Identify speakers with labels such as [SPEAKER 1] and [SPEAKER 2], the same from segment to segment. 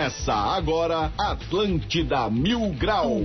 [SPEAKER 1] Começa agora Atlântida Mil Grau.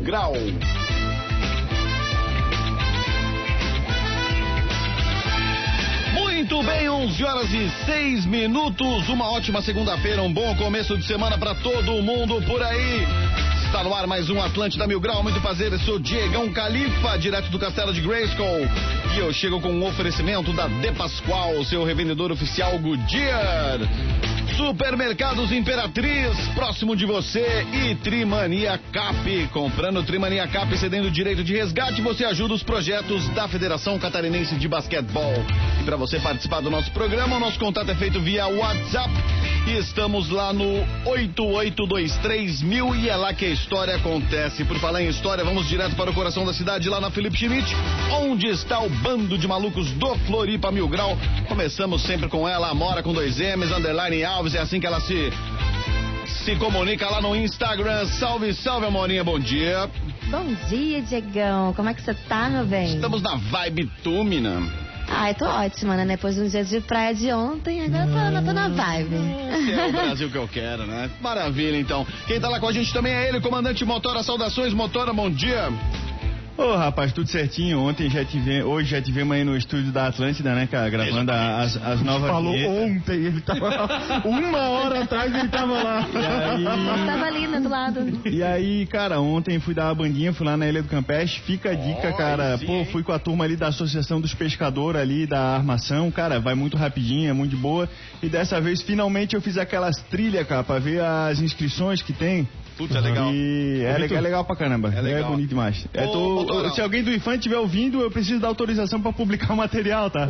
[SPEAKER 1] Muito bem, 11h06. Uma ótima segunda-feira, um bom começo de semana para todo mundo por aí. Está no ar mais um Atlântida Mil Grau. Muito prazer, eu sou Diegão Califa, direto do Castelo de Grayskull. E eu chego com um oferecimento da De Pascoal, seu revendedor oficial Goodyear. Supermercados Imperatriz, próximo de você, e Trimania Cap. Comprando Trimania Cap, cedendo direito de resgate, você ajuda os projetos da Federação Catarinense de Basquetebol. E para você participar do nosso programa, o nosso contato é feito via WhatsApp. E estamos lá no 8823.000 e é lá que a história acontece. Por falar em história, vamos direto para o coração da cidade, lá na Felipe Schmidt, onde está o bando de malucos do Floripa Mil Grau. Começamos sempre com ela, Amora com 2 M's, _ Alves, é assim que ela se comunica lá no Instagram. Salve, salve, Amorinha, bom dia.
[SPEAKER 2] Bom dia, Diegão, como é que você tá, meu bem?
[SPEAKER 1] Estamos na vibe túmina.
[SPEAKER 2] Ai, tô ótima, né? Depois de um dia de praia de ontem, agora tô na vibe.
[SPEAKER 1] É o Brasil que eu quero, né? Maravilha, então. Quem tá lá com a gente também é ele, comandante Motora. Saudações, Motora, bom dia.
[SPEAKER 3] Ô, rapaz, tudo certinho. Hoje já tivemos aí no estúdio da Atlântida, né, cara, gravando as novas
[SPEAKER 4] falou
[SPEAKER 3] vinhetas.
[SPEAKER 4] Ontem, ele tava 1 hora atrás, ele tava lá.
[SPEAKER 2] Tava ali, né, do lado.
[SPEAKER 3] E aí, cara, ontem fui dar uma bandinha, fui lá na Ilha do Campeche. Fica a dica, cara.
[SPEAKER 1] Sim,
[SPEAKER 3] pô, fui com a turma ali da Associação dos Pescadores ali, da Armação. Cara, vai muito rapidinho, é muito de boa. E dessa vez, finalmente, eu fiz aquelas trilhas, cara, pra ver as inscrições que tem.
[SPEAKER 1] Putz, é legal.
[SPEAKER 3] E é legal pra caramba.
[SPEAKER 1] É legal.
[SPEAKER 3] Bonito demais. Se alguém do IFAM estiver ouvindo, eu preciso da autorização pra publicar o material, tá?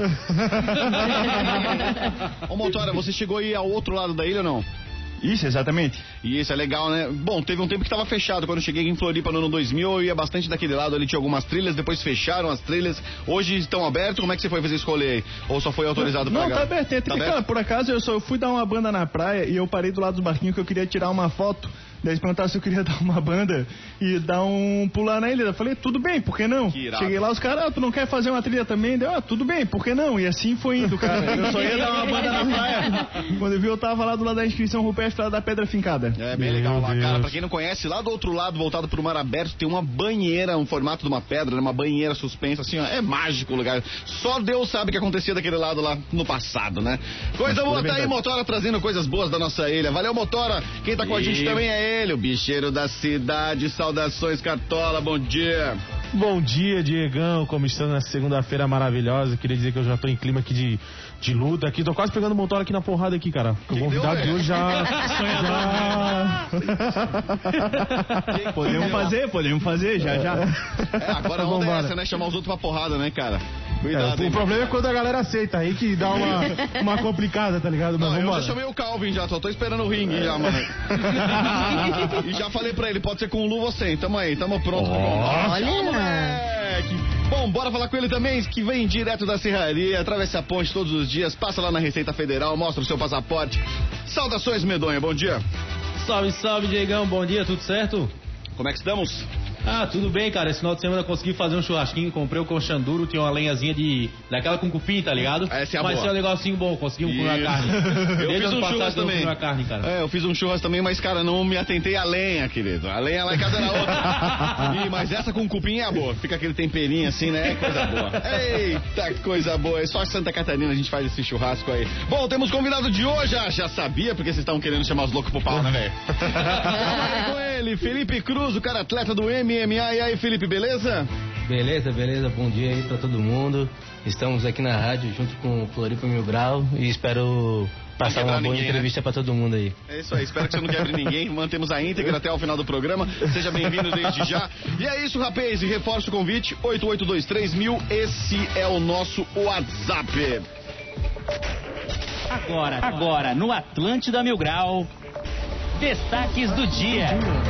[SPEAKER 1] Ô, Motora, você chegou aí ao outro lado da ilha ou não?
[SPEAKER 3] Isso, exatamente.
[SPEAKER 1] E isso é legal, né? Bom, teve um tempo que estava fechado. Quando eu cheguei em Floripa no ano 2000, eu ia bastante daquele lado ali, tinha algumas trilhas, depois fecharam as trilhas. Hoje estão abertos, como é que você foi fazer esse rolê aí? Ou só foi autorizado pra
[SPEAKER 3] Não,
[SPEAKER 1] cá?
[SPEAKER 3] tá aberto. Tem trilha. Cara, por acaso eu fui dar uma banda na praia e eu parei do lado do barquinho que eu queria tirar uma foto. Daí eles perguntaram se eu queria dar uma banda e dar um pular na ilha. Eu falei, tudo bem, por que não?
[SPEAKER 1] Que irado.
[SPEAKER 3] Cheguei lá, os caras, tu não quer fazer uma trilha também? Deu, tudo bem, por que não? E assim foi indo, cara. Eu só ia dar uma banda na praia. Quando eu vi, eu tava lá do lado da inscrição rupestre, lá da Pedra Fincada.
[SPEAKER 1] É bem legal lá, cara. Pra quem não conhece, lá do outro lado, voltado pro mar aberto, tem uma banheira, um formato de uma pedra, né? Uma banheira suspensa, assim, ó. É mágico o lugar. Só Deus sabe o que acontecia daquele lado lá no passado, né? Coisa boa, tá aí, Motora, trazendo coisas boas da nossa ilha. Valeu, Motora. Quem tá com a gente também é ele, o bicheiro da cidade. Saudações, Cartola, bom dia.
[SPEAKER 4] Bom dia, Diegão, como estamos nessa segunda-feira maravilhosa. Queria dizer que eu já tô em clima aqui de luta aqui, tô quase pegando o motor aqui na porrada aqui, cara. O convidado de hoje já...
[SPEAKER 3] Podemos fazer, já.
[SPEAKER 1] Agora a onda é essa, né? Chamar os outros pra porrada, né, cara? Cuidado,
[SPEAKER 4] o problema é quando a galera aceita, aí que dá uma complicada, tá ligado? Mas
[SPEAKER 1] eu
[SPEAKER 4] vamos
[SPEAKER 1] já chamei o Calvin já, só tô esperando o ringue já, mano. E já falei pra ele, pode ser com o Lu ou sem, tamo aí, tamo pronto.
[SPEAKER 2] Olha!
[SPEAKER 1] Tchau, moleque! Bom, bora falar com ele também, que vem direto da serraria, atravessa a ponte todos os dias, passa lá na Receita Federal, mostra o seu passaporte. Saudações, Medonha, bom dia.
[SPEAKER 5] Salve, Diegão, bom dia, tudo certo?
[SPEAKER 1] Como é que estamos?
[SPEAKER 5] Ah, tudo bem, cara. Esse final de semana eu consegui fazer um churrasquinho, comprei o conchanduro, tinha uma lenhazinha daquela com cupim, tá ligado?
[SPEAKER 1] Essa é a
[SPEAKER 5] Mas
[SPEAKER 1] boa.
[SPEAKER 5] é um negocinho bom, conseguimos comer a carne.
[SPEAKER 1] Eu
[SPEAKER 5] Desde
[SPEAKER 1] fiz
[SPEAKER 5] ano
[SPEAKER 1] um
[SPEAKER 5] passado
[SPEAKER 1] churras
[SPEAKER 5] que eu
[SPEAKER 1] também.
[SPEAKER 5] comi a carne, cara.
[SPEAKER 1] Eu fiz um churras também, mas, cara, não me atentei à lenha, querido. A lenha lá em casa era outra. Mas essa com cupim é a boa. Fica aquele temperinho assim, né? Coisa boa. Eita, que coisa boa. É só Santa Catarina a gente faz esse churrasco aí. Bom, temos convidado de hoje. Já sabia, porque vocês estavam querendo chamar os loucos pro pau, né, velho? Vamos com ele, Felipe Cruz, o cara atleta do MMA. E aí, Felipe, beleza?
[SPEAKER 6] Beleza, bom dia aí pra todo mundo. Estamos aqui na rádio junto com o Floripa Mil Grau e espero passar uma boa entrevista, né, pra todo mundo aí.
[SPEAKER 1] É isso aí, espero que você não quebre ninguém. Mantemos a íntegra até o final do programa. Seja bem-vindo desde já. E é isso, rapaz, e reforço o convite, 8823.000, esse é o nosso WhatsApp.
[SPEAKER 7] Agora no Atlântida Mil Grau, destaques do dia.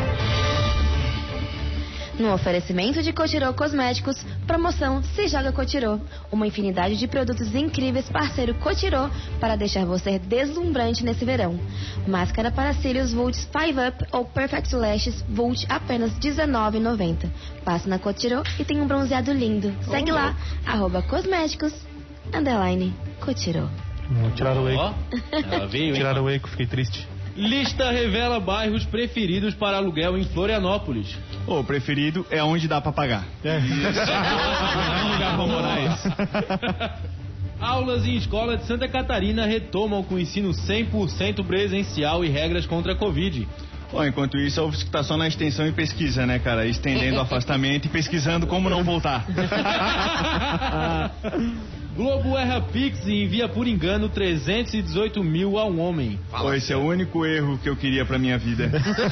[SPEAKER 2] No oferecimento de Cotirô Cosméticos, promoção Se Joga Cotirô. Uma infinidade de produtos incríveis, parceiro Cotirô, para deixar você deslumbrante nesse verão. Máscara para cílios Vult 5-Up ou Perfect Lashes Vult apenas R$19,90. Passe na Cotirô e tem um bronzeado lindo. Segue lá, @cosméticos, _Cotirô.
[SPEAKER 4] Tiraram o Eiko.
[SPEAKER 5] Ela veio, hein?
[SPEAKER 4] Tiraram o Eiko, fiquei triste.
[SPEAKER 5] Lista revela bairros preferidos para aluguel em Florianópolis.
[SPEAKER 3] O preferido é onde dá pra pagar.
[SPEAKER 5] Um lugar pra morar esse. Aulas em escola de Santa Catarina retomam com ensino 100% presencial e regras contra a Covid.
[SPEAKER 3] Bom, enquanto isso, a UFSC tá só na extensão e pesquisa, né, cara? Estendendo o afastamento e pesquisando como não voltar.
[SPEAKER 5] Globo erra Pix e envia por engano 318 mil a um homem.
[SPEAKER 3] Pô, esse é o único erro que eu queria pra minha vida.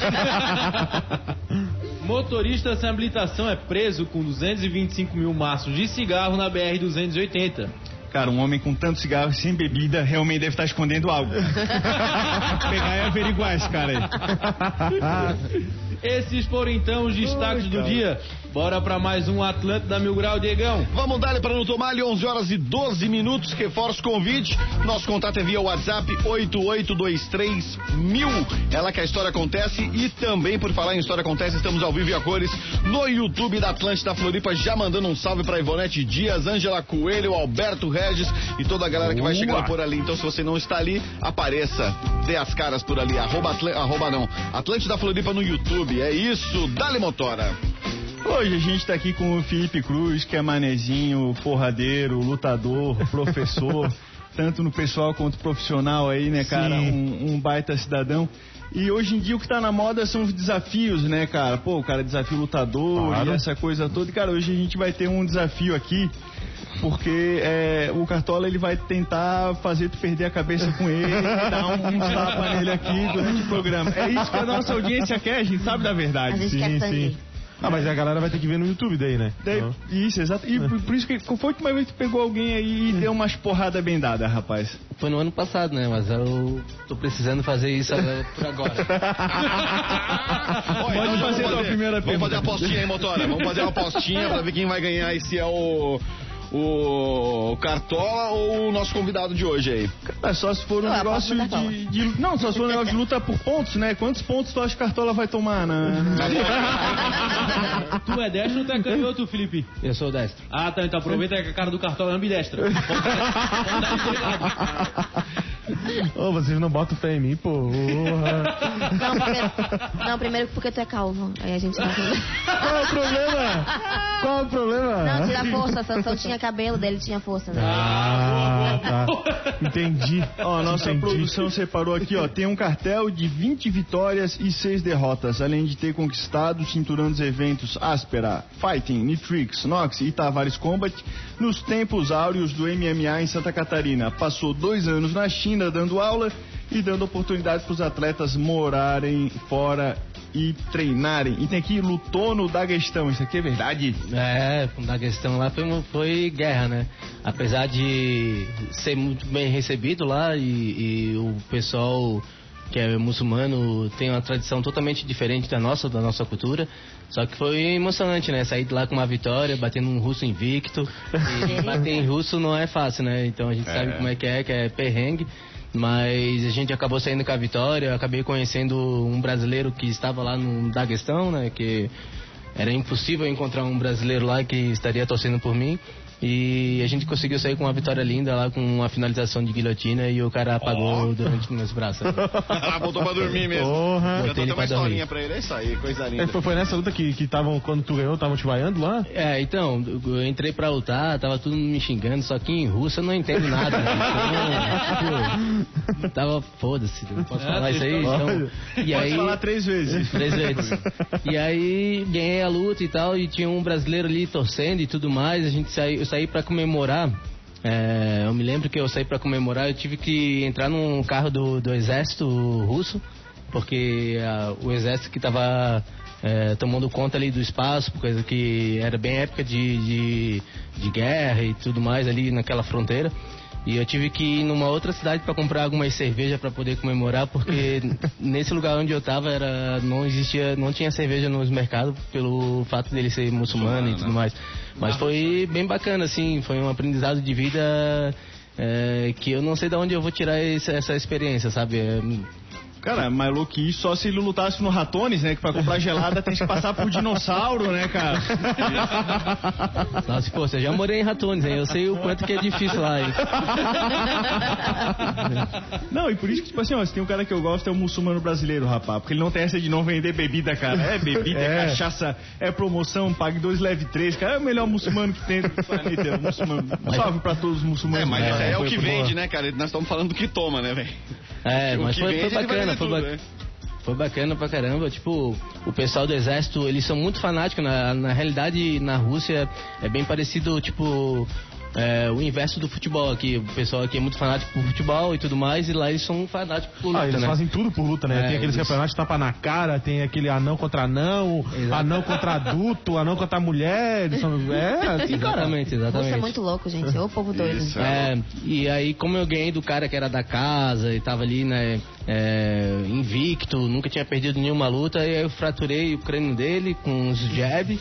[SPEAKER 5] Motorista sem habilitação é preso com 225 mil maços de cigarro na BR-280.
[SPEAKER 3] Cara, um homem com tanto cigarro sem bebida realmente deve estar escondendo algo. Pegar e averiguar esse cara aí.
[SPEAKER 5] Esses foram então os destaques do dia. Bora pra mais um Atlântida Mil Grau, Diegão.
[SPEAKER 1] Vamos dar para não tomar ali 11 horas e 12 minutos. Reforço o convite. Nosso contato é via WhatsApp 88231000. É lá que a história acontece. E também, por falar em história acontece, estamos ao vivo e a cores no YouTube da Atlântida Floripa. Já mandando um salve pra Ivonete Dias, Ângela Coelho, Alberto Regis e toda a galera que vai chegando por ali. Então, se você não está ali, apareça. Dê as caras por ali. Atlântida Floripa no YouTube. É isso. Dale motora.
[SPEAKER 3] Hoje a gente tá aqui com o Felipe Cruz, que é manezinho, forradeiro, lutador, professor, tanto no pessoal quanto profissional aí, né, cara? Um baita cidadão. E hoje em dia o que tá na moda são os desafios, né, cara? Pô, o cara desafio lutador e essa coisa toda. E, cara, hoje a gente vai ter um desafio aqui, porque o Cartola ele vai tentar fazer tu perder a cabeça com ele e dar um tapa nele aqui durante o programa. É isso que a nossa audiência quer, a gente sabe da verdade.
[SPEAKER 2] A gente quer sangue.
[SPEAKER 4] Ah, mas a galera vai ter que ver no YouTube daí, né?
[SPEAKER 3] Isso, exato. E por isso que foi a última vez que tu pegou alguém aí e deu umas porradas bem dadas, rapaz.
[SPEAKER 6] Foi no ano passado, né? Mas eu tô precisando fazer isso por agora.
[SPEAKER 1] Pode fazer a primeira pergunta. Vamos fazer a apostinha aí, motora. Vamos fazer uma apostinha pra ver quem vai ganhar e se é o Cartola ou o nosso convidado de hoje aí.
[SPEAKER 3] Cara, só se for um negócio de... Não, só se for um negócio de luta por pontos, né? Quantos pontos tu acha que o Cartola vai tomar, né?
[SPEAKER 5] Tu é destro ou tu é canhoto, Felipe?
[SPEAKER 6] Eu sou destro.
[SPEAKER 5] Ah, tá. Então aproveita que a cara do Cartola é ambidestra.
[SPEAKER 4] Ô, vocês não botam fé em mim, porra.
[SPEAKER 2] Não, primeiro porque tu é calvo. Aí a gente não...
[SPEAKER 4] Qual é o problema? Qual é o problema?
[SPEAKER 2] Não, tira a força. A Sansão tinha cabelo, dele tinha força, né?
[SPEAKER 4] Tá. Entendi.
[SPEAKER 3] Ó, a nossa produção separou aqui, ó. Tem um cartel de 20 vitórias e 6 derrotas, além de ter conquistado o cinturão dos eventos Áspera, Fighting, Nitrix, Nox e Tavares Combat nos tempos áureos do MMA em Santa Catarina. Passou 2 anos na China dando aula e dando oportunidades para os atletas morarem fora e treinarem. E tem aqui, lutou no Daguestão, isso aqui é verdade?
[SPEAKER 6] O Daguestão lá foi guerra, né? Apesar de ser muito bem recebido lá e o pessoal que é muçulmano tem uma tradição totalmente diferente da nossa cultura. Só que foi emocionante, né? Sair de lá com uma vitória, batendo um russo invicto. E bater em russo não é fácil, né? Então a gente sabe como é que é perrengue. Mas a gente acabou saindo com a vitória. Eu acabei conhecendo um brasileiro que estava lá no Daguestão, né? Que era impossível encontrar um brasileiro lá que estaria torcendo por mim. E a gente conseguiu sair com uma vitória linda lá, com uma finalização de guilhotina, e o cara apagou durante meus braços.
[SPEAKER 1] Voltou pra dormir mesmo.
[SPEAKER 4] Porra.
[SPEAKER 1] Eu tô até uma historinha pra ele, é isso aí, coisa linda.
[SPEAKER 4] Foi nessa luta que estavam, quando tu ganhou, estavam te vaiando lá?
[SPEAKER 6] Então, eu entrei pra lutar, tava tudo me xingando, só que em russo eu não entendo nada. Então, tava foda-se, não posso falar isso aí. Então, e
[SPEAKER 3] pode
[SPEAKER 6] aí,
[SPEAKER 3] falar 3 vezes.
[SPEAKER 6] 3 vezes. E aí ganhei a luta e tal, e tinha um brasileiro ali torcendo e tudo mais, eu saí pra comemorar. Eu me lembro que eu saí pra comemorar, eu tive que entrar num carro do exército russo, porque o exército que tava tomando conta ali do espaço, coisa que era bem época de guerra e tudo mais ali naquela fronteira. E eu tive que ir numa outra cidade para comprar algumas cervejas para poder comemorar, porque nesse lugar onde eu tava não tinha cerveja nos mercados pelo fato dele ser muçulmano e tudo mais. Mas foi bem bacana, assim, foi um aprendizado de vida que eu não sei de onde eu vou tirar essa experiência, sabe?
[SPEAKER 3] Cara, mais louco que isso, só se ele lutasse no Ratones, né? Que pra comprar gelada tem que passar por dinossauro, né, cara?
[SPEAKER 6] Nossa, pô, você já morei em Ratones, hein? Eu sei o quanto que é difícil lá, hein?
[SPEAKER 3] Não, e por isso que, tipo assim, ó, se tem um cara que eu gosto é o muçulmano brasileiro, rapaz. Porque ele não tem essa de não vender bebida, cara. É bebida, é cachaça, é promoção, pague 2, leve 3. Cara, é o melhor muçulmano que tem do planeta, é o muçulmano. Salve pra todos os muçulmanos.
[SPEAKER 1] Mas é o que vende, né, cara? Nós estamos falando do que toma, né, velho?
[SPEAKER 6] Mas foi bacana,
[SPEAKER 1] né?
[SPEAKER 6] Foi bacana pra caramba. Tipo, o pessoal do exército, eles são muito fanáticos. Na realidade, na Rússia é bem parecido, tipo, o inverso do futebol aqui. O pessoal aqui é muito fanático por futebol e tudo mais, e lá eles são fanáticos por luta,
[SPEAKER 4] eles fazem tudo por luta, né? Tem aqueles campeonatos de tapa na cara, tem aquele anão contra anão, anão contra adulto, anão contra mulher. Eles são... assim,
[SPEAKER 6] exatamente.
[SPEAKER 2] Você é muito louco, gente. Ô povo doido.
[SPEAKER 6] E aí, como eu ganhei do cara que era da casa e tava ali, né, invicto, nunca tinha perdido nenhuma luta, e aí eu fraturei o crânio dele com uns jab.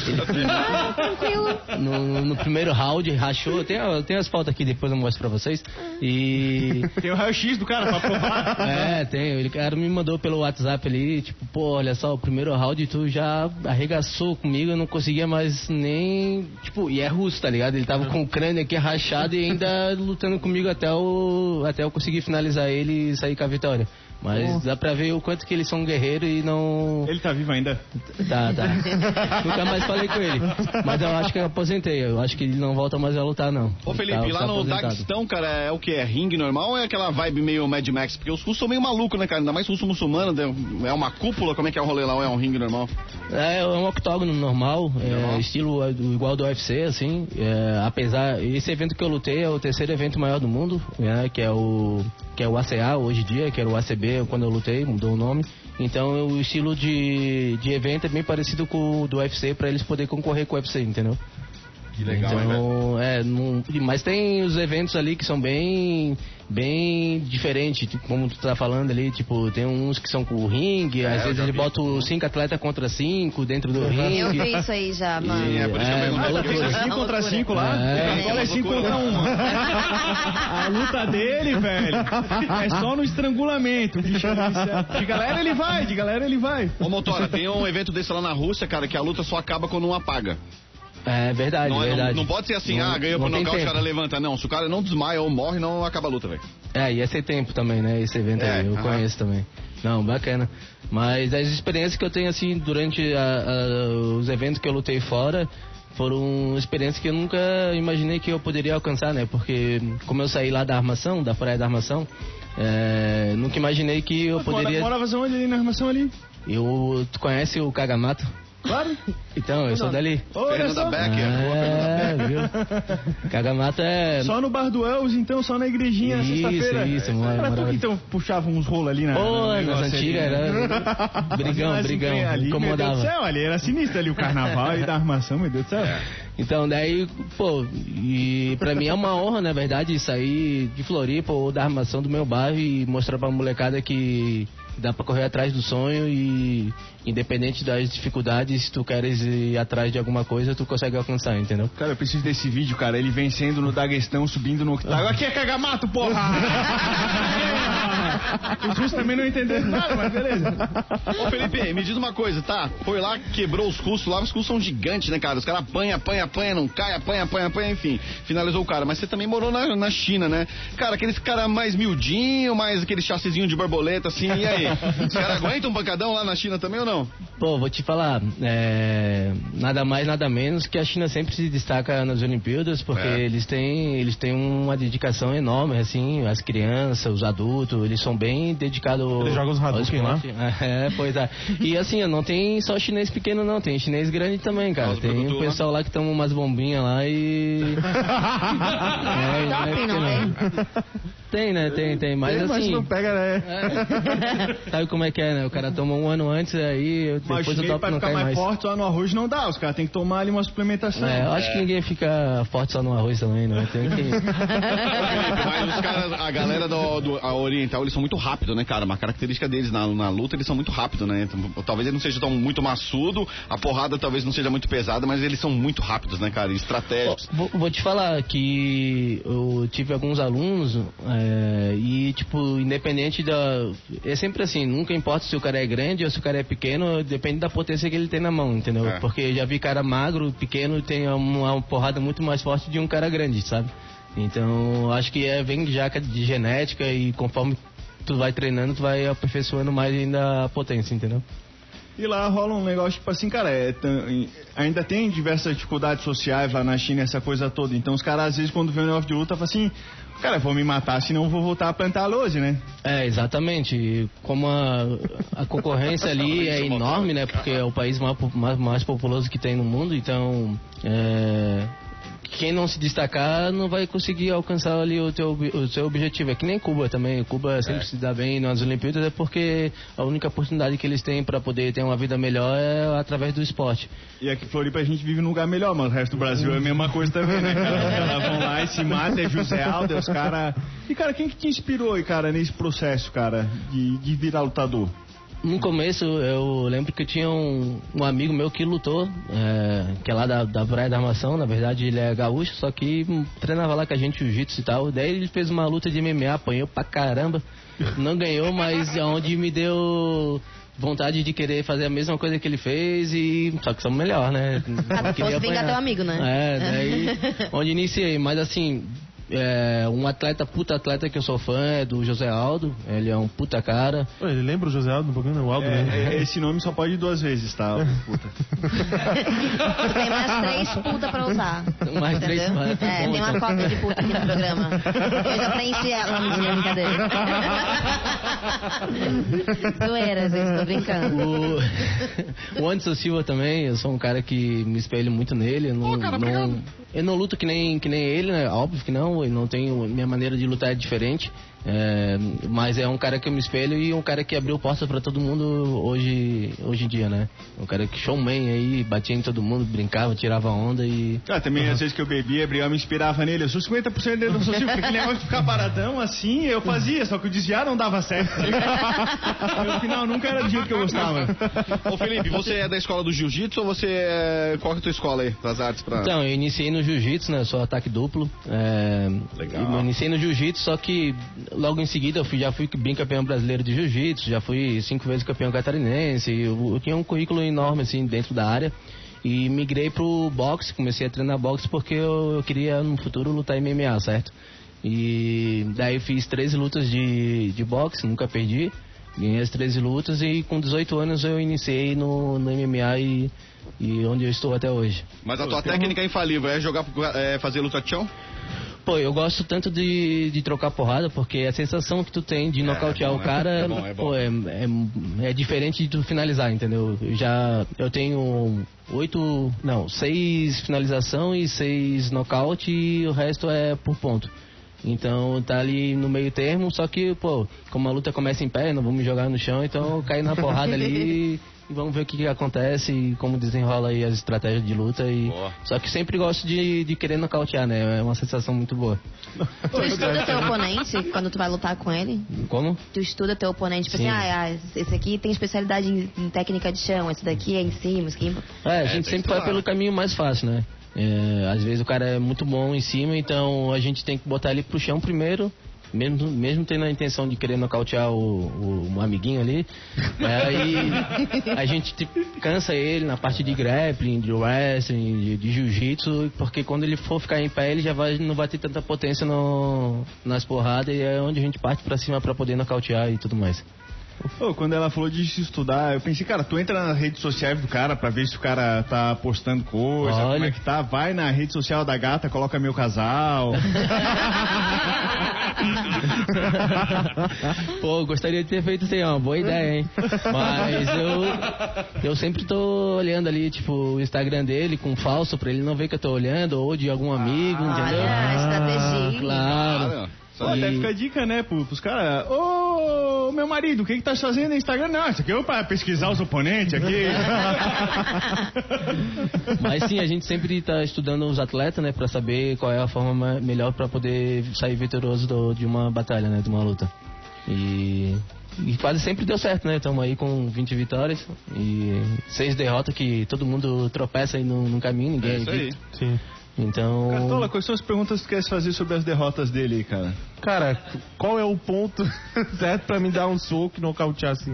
[SPEAKER 6] No primeiro round, rachou. Tem as fotos aqui, depois eu mostro pra vocês. E...
[SPEAKER 3] Tem o raio-x do cara pra provar.
[SPEAKER 6] Tem. O cara me mandou pelo WhatsApp ali, tipo, pô, olha só, o primeiro round tu já arregaçou comigo, eu não conseguia mais nem... Tipo, e é russo, tá ligado? Ele tava com o crânio aqui rachado e ainda lutando comigo até eu conseguir finalizar ele e sair com a vitória. Mas dá pra ver o quanto que eles são guerreiros e não...
[SPEAKER 3] Ele tá vivo ainda?
[SPEAKER 6] Tá. Nunca mais falei com ele. Mas eu acho que eu aposentei. Eu acho que ele não volta mais a lutar, não.
[SPEAKER 1] Ô, Felipe, lá no Daguestão, cara, é o que? É ringue normal ou é aquela vibe meio Mad Max? Porque os russos são meio malucos, né, cara? Ainda mais russo muçulmano. É uma cúpula? Como é que é o rolê lá? Ou é um ringue normal?
[SPEAKER 6] É um octógono normal. Estilo igual do UFC, assim. Apesar... Esse evento que eu lutei é o terceiro evento maior do mundo, que é o ACA hoje em dia, que era o ACB quando eu lutei, mudou o nome. Então o estilo de evento é bem parecido com o do UFC, pra eles poderem concorrer com o UFC, entendeu?
[SPEAKER 1] Que legal,
[SPEAKER 6] então, mas tem os eventos ali que são bem diferentes, tipo, como tu tá falando ali, tipo, tem uns que são com o ringue, às vezes ele bota 5 atletas contra 5 dentro do ringue.
[SPEAKER 2] Eu vi isso aí já, mano.
[SPEAKER 1] Por isso que eu
[SPEAKER 3] 5 contra 5 lá? Agora é 5 contra 1. A luta dele, velho, é só no estrangulamento. De galera ele vai.
[SPEAKER 1] Ô, Motora, tem um evento desse lá na Rússia, cara, que a luta só acaba quando um apaga.
[SPEAKER 6] É verdade, verdade.
[SPEAKER 1] Não pode ser assim, ganhou por nocaute, o cara levanta. Não, se o cara não desmaia ou morre, não acaba a luta, velho.
[SPEAKER 6] Ia ser tempo também, né? Esse evento aí, eu conheço também. Não, bacana. Mas as experiências que eu tenho, assim, durante os eventos que eu lutei fora, foram experiências que eu nunca imaginei que eu poderia alcançar, né? Porque como eu saí lá da armação, da praia da armação, nunca imaginei que eu poderia...
[SPEAKER 3] Morava onde ali na armação ali?
[SPEAKER 6] Tu conhece o Kagamato?
[SPEAKER 3] Claro.
[SPEAKER 6] Então, eu sou dali.
[SPEAKER 1] Fernanda Becker.
[SPEAKER 6] Viu? Kagamato é...
[SPEAKER 3] Só no Bar do Elvis, então, só na igrejinha, sexta-feira.
[SPEAKER 6] Isso,
[SPEAKER 3] era tu que então puxava uns rolos ali
[SPEAKER 6] nas antigas, era brigão, incomodava.
[SPEAKER 3] Meu Deus do céu, ali era sinistro ali o carnaval e da armação, meu Deus do céu.
[SPEAKER 6] Então, daí, pô, e pra mim é uma honra, na verdade, sair de Floripa ou da armação do meu bairro e mostrar pra molecada que dá pra correr atrás do sonho e independente das dificuldades, se tu queres ir atrás de alguma coisa, tu consegue alcançar, entendeu?
[SPEAKER 3] Cara, eu preciso desse vídeo, cara, ele vencendo no Daguestão, subindo no octágono. Aqui é Kagamato, porra! Os russos também não entenderam nada, mas beleza.
[SPEAKER 1] Ô, Felipe, me diz uma coisa, tá? Foi lá, quebrou os russos lá, os russos são gigantes, né, cara? Os caras apanha, não cai, apanha, enfim, finalizou o cara. Mas você também morou na China, né? Cara, aqueles caras mais miudinho, mais aquele chassizinho de borboleta, assim, e aí? Os caras aguentam um pancadão lá na China também ou não?
[SPEAKER 6] Pô, vou te falar, nada mais, nada menos que a China sempre se destaca nas Olimpíadas, porque eles têm uma dedicação enorme, assim, as crianças, os adultos, eles são bem dedicados.
[SPEAKER 4] Eles jogam os Hadouken lá?
[SPEAKER 6] Pois é. E assim, não tem só chinês pequeno não, tem chinês grande também, cara. Tem um pessoal lá que toma umas bombinhas lá e... Tem, né? Tem. Mas assim...
[SPEAKER 3] Mas não pega, né?
[SPEAKER 6] Sabe como é que é, né? O cara toma um ano antes, aí depois o top não cai mais.
[SPEAKER 3] Forte só no arroz não dá, os caras tem que tomar ali uma suplementação.
[SPEAKER 6] Eu acho que ninguém fica forte só no arroz também, né? Tem que...
[SPEAKER 1] Mas os caras, a galera a oriental, eles são muito rápidos, né, cara? Uma característica deles na luta, eles são muito rápidos, né? Então, talvez ele não seja tão muito maçudo, a porrada talvez não seja muito pesada, mas eles são muito rápidos, né, cara? Estratégicos.
[SPEAKER 6] Vou te falar que eu tive alguns alunos e, tipo, independente da... É sempre assim, nunca importa se o cara é grande ou se o cara é pequeno, depende da potência que ele tem na mão, entendeu? Porque já vi cara magro, pequeno, tem uma porrada muito mais forte de um cara grande, sabe? Então, acho que vem já de genética e conforme tu vai treinando, tu vai aperfeiçoando mais ainda a potência, entendeu?
[SPEAKER 3] E lá rola um negócio, tipo assim, cara, ainda tem diversas dificuldades sociais lá na China, essa coisa toda. Então os caras, às vezes, quando vê um negócio de luta, falam assim, cara, eu vou me matar, senão eu vou voltar a plantar a lose, né?
[SPEAKER 6] Exatamente. Como a concorrência ali é enorme, né? Porque é o país mais populoso que tem no mundo, então... Quem não se destacar não vai conseguir alcançar ali o seu objetivo. É que nem Cuba também. Cuba sempre se dá bem nas Olimpíadas, é porque a única oportunidade que eles têm para poder ter uma vida melhor é através do esporte.
[SPEAKER 3] E aqui em Floripa a gente vive num lugar melhor, mas o resto do Brasil é a mesma coisa também, né, cara? Os caras vão lá e se matam, é José Aldo, os caras... E, cara, quem que te inspirou aí, cara, nesse processo, cara, de virar lutador?
[SPEAKER 6] No começo, eu lembro que eu tinha um amigo meu que lutou, que é lá da Praia da Armação, na verdade ele é gaúcho, só que treinava lá com a gente jiu-jitsu e tal. Daí ele fez uma luta de MMA, apanhou pra caramba, não ganhou, mas onde me deu vontade de querer fazer a mesma coisa que ele fez, e só que somos melhor, né?
[SPEAKER 2] Fosse vingar teu amigo, né?
[SPEAKER 6] Daí onde iniciei, mas assim... um puta atleta que eu sou fã é do José Aldo. Ele é um puta cara.
[SPEAKER 4] Ele lembra o José Aldo um pouquinho? O Aldo, né?
[SPEAKER 3] Esse nome só pode ir 2 vezes, tá? Puta.
[SPEAKER 2] Tem mais 3 puta pra usar.
[SPEAKER 6] Mais 3 puta.
[SPEAKER 2] Tem uma cópia de puta aqui no programa. Eu já preenchi ela, não, brincadeira. Zoeira, gente, tô brincando.
[SPEAKER 6] O Anderson Silva também, eu sou um cara que me espelho muito nele. Eu não luto que nem ele, né? Óbvio que não, eu não tenho... Minha maneira de lutar é diferente. Mas é um cara que eu me espelho e um cara que abriu portas pra todo mundo hoje em dia, né? Um cara que showman aí, batia em todo mundo, brincava, tirava onda e...
[SPEAKER 3] também às vezes que eu bebia, eu me inspirava nele. Eu sou 50% dele, não sou 50%, porque negócio de ficar paradão assim, eu fazia, só que o desviar não dava certo. No final, nunca era do jeito que eu gostava.
[SPEAKER 1] Ô Felipe, você é da escola do jiu-jitsu ou você qual que é a tua escola aí, das artes pra...
[SPEAKER 6] Então, eu iniciei no jiu-jitsu, né? Eu sou ataque duplo.
[SPEAKER 1] Legal.
[SPEAKER 6] Eu iniciei no jiu-jitsu, só que logo em seguida eu já fui bicampeão brasileiro de jiu-jitsu, já fui 5 vezes campeão catarinense, eu tinha um currículo enorme assim dentro da área e migrei pro boxe, comecei a treinar boxe porque eu queria no futuro lutar MMA, certo? E daí fiz 13 lutas de boxe, nunca perdi, ganhei as 13 lutas e com 18 anos eu iniciei no MMA e onde eu estou até hoje.
[SPEAKER 1] Mas a tua técnica é infalível, fazer luta de chão?
[SPEAKER 6] Pô, eu gosto tanto de trocar porrada, porque a sensação que tu tem de nocautear o cara é diferente de tu finalizar, entendeu? Eu tenho 6 finalização e 6 nocaute e o resto é por ponto. Então tá ali no meio termo, só que, pô, como a luta começa em pé, não vou me jogar no chão, então eu caí na porrada ali e vamos ver o que acontece e como desenrola aí as estratégias de luta. Só que sempre gosto de querer nocautear, né? É uma sensação muito boa.
[SPEAKER 2] Tu estuda teu oponente quando tu vai lutar com ele?
[SPEAKER 6] Como?
[SPEAKER 2] Tu estuda teu oponente, tipo assim, esse aqui tem especialidade em técnica de chão, esse daqui é em cima,
[SPEAKER 6] a gente sempre vai pelo caminho mais fácil, né? Às vezes o cara é muito bom em cima, então a gente tem que botar ele pro chão primeiro, mesmo tendo a intenção de querer nocautear um amiguinho ali. Aí a gente cansa ele na parte de grappling, de wrestling, de jiu-jitsu, porque quando ele for ficar em pé ele não vai ter tanta potência nas porradas, e é onde a gente parte pra cima pra poder nocautear e tudo mais.
[SPEAKER 3] Quando ela falou de se estudar, eu pensei, cara, tu entra nas redes sociais do cara pra ver se o cara tá postando coisa, como é que tá, vai na rede social da gata, coloca meu casal.
[SPEAKER 6] Pô, gostaria de ter feito assim, uma boa ideia, hein? Mas eu sempre tô olhando ali, tipo, o Instagram dele com falso pra ele não ver que eu tô olhando, ou de algum amigo, entendeu?
[SPEAKER 2] Estratégia.
[SPEAKER 6] Claro.
[SPEAKER 3] Até fica a dica, né, pros caras. Ô, meu marido, o que tá fazendo no Instagram? Não, isso aqui é pra pesquisar os oponentes aqui.
[SPEAKER 6] Mas sim, a gente sempre tá estudando os atletas, né, pra saber qual é a forma melhor pra poder sair vitorioso de uma batalha, né, de uma luta. E quase sempre deu certo, né? Estamos aí com 20 vitórias e 6 derrotas, que todo mundo tropeça aí no caminho, ninguém
[SPEAKER 1] É isso aí.
[SPEAKER 4] Sim.
[SPEAKER 6] Então...
[SPEAKER 3] Cartola, quais são as perguntas que tu queres fazer sobre as derrotas dele aí, cara?
[SPEAKER 4] Cara, qual é o ponto certo pra me dar um soco e nocautear assim?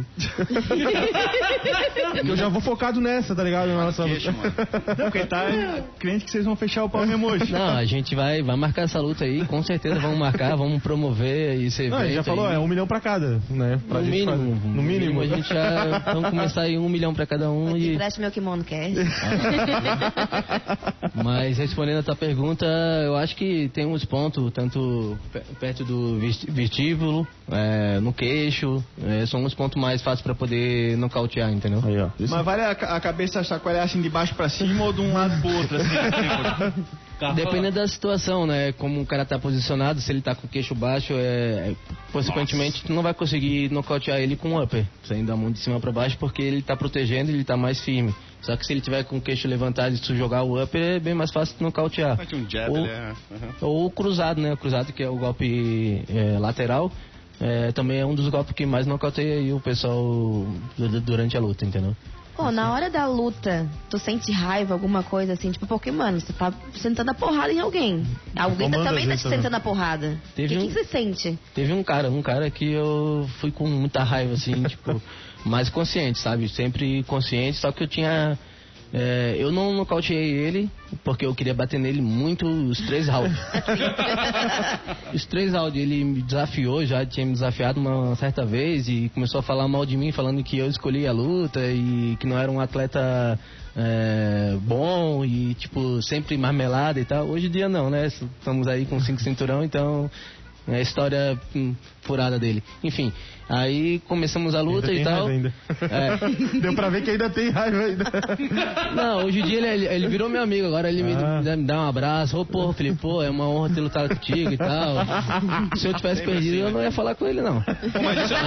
[SPEAKER 4] Eu já vou focado nessa, tá ligado? Nossa...
[SPEAKER 3] Não, porque tá crente que vocês vão fechar o pau mesmo hoje.
[SPEAKER 6] Não, a gente vai marcar essa luta aí, com certeza vamos marcar, vamos promover esse evento.
[SPEAKER 4] Não, ele já falou,
[SPEAKER 6] aí.
[SPEAKER 4] é 1 milhão pra cada, né? Pra
[SPEAKER 6] No
[SPEAKER 4] gente
[SPEAKER 6] mínimo,
[SPEAKER 4] fazer. No mínimo.
[SPEAKER 6] a gente já vamos começar aí 1 milhão pra cada um.
[SPEAKER 2] Te
[SPEAKER 6] E...
[SPEAKER 2] empreste meu kimono, quer?
[SPEAKER 6] Mas respondendo a tua pergunta, eu acho que tem uns pontos, tanto perto do vestíbulo, no queixo, são uns pontos mais fáceis pra poder nocautear, entendeu?
[SPEAKER 4] Aí, ó.
[SPEAKER 3] Mas vale a cabeça chacoalhar assim de baixo pra cima ou de um lado pro outro, assim?
[SPEAKER 6] Dependendo da situação, né? Como o cara tá posicionado, se ele tá com o queixo baixo, consequentemente tu não vai conseguir nocautear ele com um upper. Você ainda a mão de cima pra baixo, porque ele tá protegendo, ele tá mais firme. Só que se ele tiver com o queixo levantado e tu jogar o upper, é bem mais fácil de nocautear.
[SPEAKER 1] Mas um jab,
[SPEAKER 6] Ou o cruzado, né? O cruzado, que é o golpe lateral, também é um dos golpes que mais nocauteia aí o pessoal durante a luta, entendeu?
[SPEAKER 2] Pô, na hora da luta, tu sente raiva, alguma coisa assim? Tipo, porque, mano, você tá sentando a porrada em alguém. Alguém
[SPEAKER 4] Comanda
[SPEAKER 2] também tá
[SPEAKER 4] às
[SPEAKER 2] te
[SPEAKER 4] vezes,
[SPEAKER 2] sentando a porrada. O
[SPEAKER 6] Teve
[SPEAKER 2] que
[SPEAKER 6] um-
[SPEAKER 2] você sente?
[SPEAKER 6] Teve um cara que eu fui com muita raiva, assim, tipo, mais consciente, sabe? Sempre consciente, só que eu tinha... eu não nocauteei ele, porque eu queria bater nele muito os 3 rounds. Os 3 rounds, ele me desafiou, já tinha me desafiado uma certa vez e começou a falar mal de mim, falando que eu escolhi a luta e que não era um atleta bom e, tipo, sempre marmelada e tal. Hoje em dia não, né? Estamos aí com 5 cinturão, então... É a história furada dele. Enfim, aí começamos a luta
[SPEAKER 4] Ainda
[SPEAKER 6] e
[SPEAKER 4] tem
[SPEAKER 6] tal.
[SPEAKER 4] raiva ainda. Deu pra ver que ainda tem raiva ainda.
[SPEAKER 6] Não, hoje em dia ele virou meu amigo, agora ele me dá um abraço. Ô, pô, Felipe, pô, é uma honra ter lutado contigo e tal. Se eu tivesse perdido, eu não ia falar com ele, não.
[SPEAKER 1] Pô, mas, isso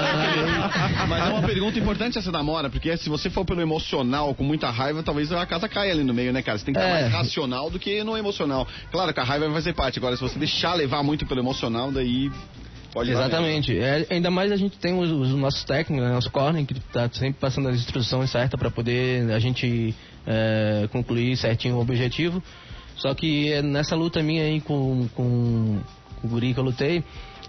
[SPEAKER 1] mas é uma pergunta importante essa da Mora, porque se você for pelo emocional, com muita raiva, talvez a casa caia ali no meio, né, cara? Você tem que estar mais racional do que no emocional. Claro que a raiva vai fazer parte, agora se você deixar levar muito pelo emocional, daí pode dar
[SPEAKER 6] Exatamente. Ainda mais a gente tem os nossos técnicos, né, nosso corner, que tá sempre passando as instruções certas para poder a gente concluir certinho o objetivo. Só que nessa luta minha aí com o guri que eu lutei,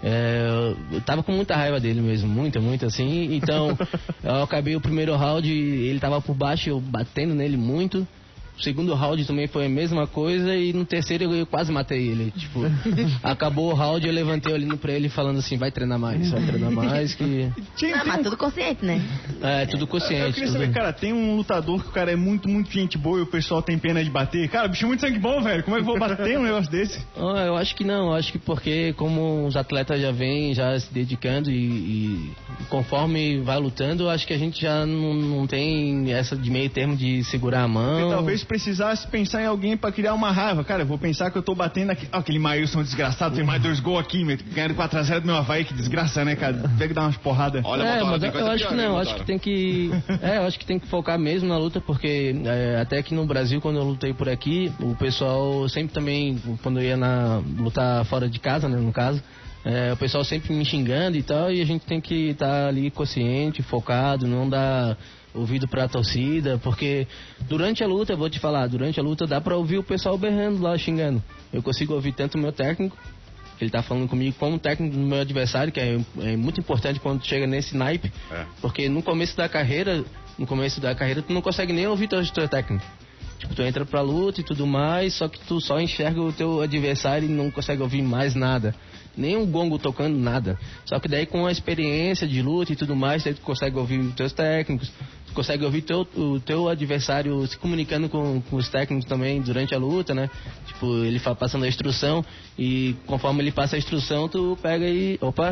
[SPEAKER 6] eu tava com muita raiva dele mesmo, muita assim. Então eu acabei o primeiro round, ele tava por baixo, eu batendo nele muito. O segundo round também foi a mesma coisa e no terceiro eu quase matei ele. Tipo, acabou o round, eu levantei olhando pra ele falando assim, vai treinar mais que...
[SPEAKER 2] Mas tudo consciente, né?
[SPEAKER 6] Tudo
[SPEAKER 3] Eu
[SPEAKER 6] consciente.
[SPEAKER 3] queria saber, cara, tem um lutador que o cara é muito gente boa e o pessoal tem pena de bater. Cara, bicho é muito sangue bom, velho. Como é que eu vou bater um negócio desse?
[SPEAKER 6] Eu acho que não, eu acho que porque como os atletas já vêm já se dedicando e conforme vai lutando, eu acho que a gente já não tem essa de meio termo de segurar a mão.
[SPEAKER 3] Porque talvez precisasse pensar em alguém pra criar uma raiva. Cara, eu vou pensar que eu tô batendo aquele Maílson desgraçado, tem mais 2 gols aqui, ganhando 4-0 do meu Havaí, que desgraça, né, cara? Tem que dar umas porradas.
[SPEAKER 1] Olha,
[SPEAKER 6] Mas eu acho que não, eu acho que tem que... eu acho que tem que focar mesmo na luta, porque até aqui no Brasil, quando eu lutei por aqui, o pessoal sempre também, quando eu ia lutar fora de casa, né, no caso, o pessoal sempre me xingando e tal, e a gente tem que estar ali consciente, focado, não dar ouvido pra torcida, porque durante a luta, eu vou te falar, durante a luta dá pra ouvir o pessoal berrando lá, xingando. Eu consigo ouvir tanto o meu técnico, que ele tá falando comigo, como o técnico do meu adversário, que é muito importante quando chega nesse naipe, porque no começo da carreira tu não consegue nem ouvir teu técnico. Tipo, tu entra pra luta e tudo mais, só que tu só enxerga o teu adversário e não consegue ouvir mais nada. Nem um gongo tocando, nada. Só que daí com a experiência de luta e tudo mais, aí tu consegue ouvir os teus técnicos, tu consegue ouvir o teu adversário se comunicando com os técnicos também durante a luta, né? Tipo, ele passando a instrução e conforme ele passa a instrução, tu pega e... Opa,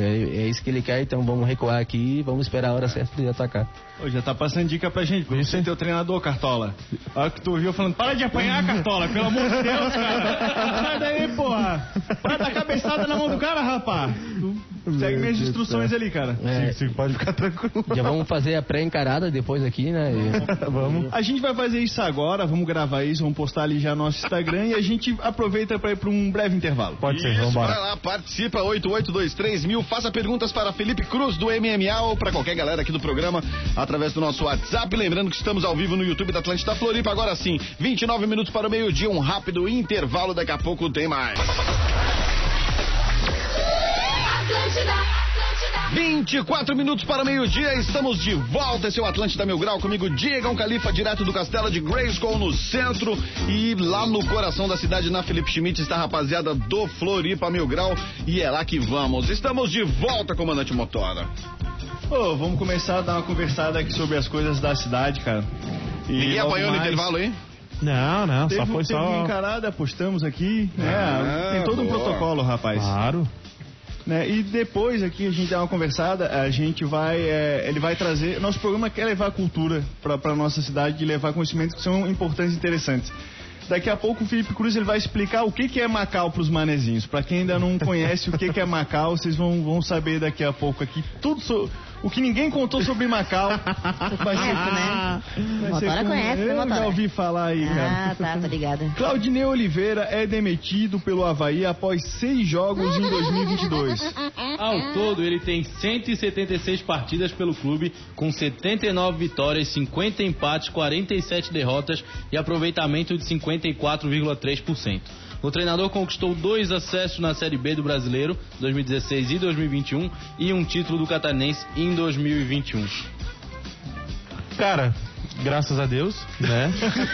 [SPEAKER 6] é isso que ele quer, então vamos recuar aqui e vamos esperar a hora certa de atacar.
[SPEAKER 3] Ô, já tá passando dica pra gente, você é teu treinador, Cartola. A hora que tu ouviu falando, para de apanhar, Cartola, pelo amor de Deus, cara. Sai daí, porra. Para dar cabeçada na mão do cara, rapaz. Segue minhas instruções ali, cara.
[SPEAKER 4] Sim, pode ficar tranquilo.
[SPEAKER 6] Já vamos fazer a pré-encarada depois aqui, né?
[SPEAKER 4] Vamos.
[SPEAKER 3] A gente vai fazer isso agora, vamos gravar isso, vamos postar ali já no nosso Instagram e a gente aproveita para ir para um breve intervalo.
[SPEAKER 4] Pode ser,
[SPEAKER 1] Isso,
[SPEAKER 4] vamos embora.
[SPEAKER 1] vai lá, participa, 8823.000, faça perguntas para Felipe Cruz do MMA ou para qualquer galera aqui do programa através do nosso WhatsApp. Lembrando que estamos ao vivo no YouTube da Atlântida Floripa. Agora sim, 29 minutos para o meio-dia, um rápido intervalo, daqui a pouco tem mais. 24 minutos para o meio-dia, estamos de volta. Esse é o Atlântida Mil Grau, comigo Diegão Califa, direto do Castelo de Grayskull, no centro. E lá no coração da cidade, na Felipe Schmidt, está a rapaziada do Floripa Mil Grau. E é lá que vamos. Estamos de volta, comandante Motora.
[SPEAKER 3] Vamos começar a dar uma conversada aqui sobre as coisas da cidade, cara. E
[SPEAKER 1] ninguém apanhou no intervalo, hein?
[SPEAKER 4] Não, só foi
[SPEAKER 3] teve
[SPEAKER 4] só...
[SPEAKER 3] encarada, postamos aqui, né? Tem todo um protocolo, rapaz.
[SPEAKER 4] Claro.
[SPEAKER 3] Né? E depois aqui a gente dá uma conversada, a gente vai, ele vai trazer, nosso programa quer levar a cultura para nossa cidade e levar conhecimentos que são importantes e interessantes. Daqui a pouco o Felipe Cruz ele vai explicar o que é Macau para os manezinhos. Para quem ainda não conhece o que é Macau, vocês vão saber daqui a pouco aqui tudo o que ninguém contou sobre Macau.
[SPEAKER 2] Vai ser, né? Motora conhece, né, Motora?
[SPEAKER 3] Eu já ouvi falar aí, cara.
[SPEAKER 2] Tá ligada.
[SPEAKER 3] Claudinei Oliveira é demitido pelo Avaí após 6 jogos em 2022.
[SPEAKER 5] Ao todo, ele tem 176 partidas pelo clube, com 79 vitórias, 50 empates, 47 derrotas e aproveitamento de 54,3%. O treinador conquistou 2 acessos na Série B do Brasileiro, 2016 e 2021, e um título do Catarinense em 2021.
[SPEAKER 4] Cara, graças a Deus, né?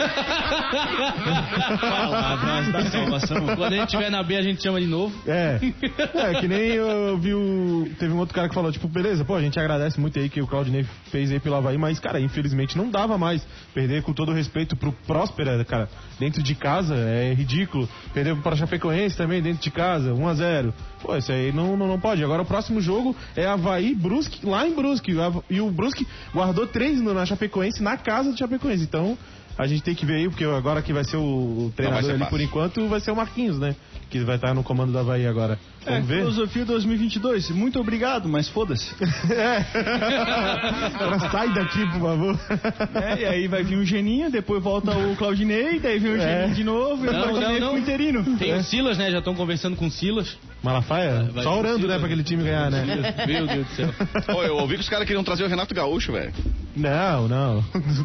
[SPEAKER 5] Palavras da salvação. Quando a gente estiver na B, a gente chama de novo.
[SPEAKER 4] Que nem eu vi teve um outro cara que falou, tipo, beleza, pô, a gente agradece muito aí que o Claudinei fez aí pelo Avaí, mas, cara, infelizmente não dava mais. Perder com todo o respeito pro Próspera, cara, dentro de casa é ridículo. Perder para Chapecoense também dentro de casa, 1-0. Pô, isso aí não pode. Agora o próximo jogo é Avaí Brusque, lá em Brusque. E o Brusque guardou 3 na Chapecoense, na casa do Chapecoense. Então, a gente tem que ver aí, porque agora que vai ser o treinador ali por enquanto, vai ser o Marquinhos, né? Que vai estar no comando do Avaí agora. Vamos ver.
[SPEAKER 3] Filosofia 2022. Muito obrigado, mas foda-se.
[SPEAKER 4] Sai daqui, por favor.
[SPEAKER 3] E aí vai vir o Geninho, depois volta o Claudinei, daí vem o Geninho de novo e o Claudinei com o interino.
[SPEAKER 5] Tem o Silas, né? Já estão conversando com o Silas.
[SPEAKER 4] Malafaia? Só orando, Silas, né? Pra aquele time ganhar, né?
[SPEAKER 5] Meu Deus do céu.
[SPEAKER 1] Eu ouvi que os caras queriam trazer o Renato Gaúcho, velho.
[SPEAKER 4] Não.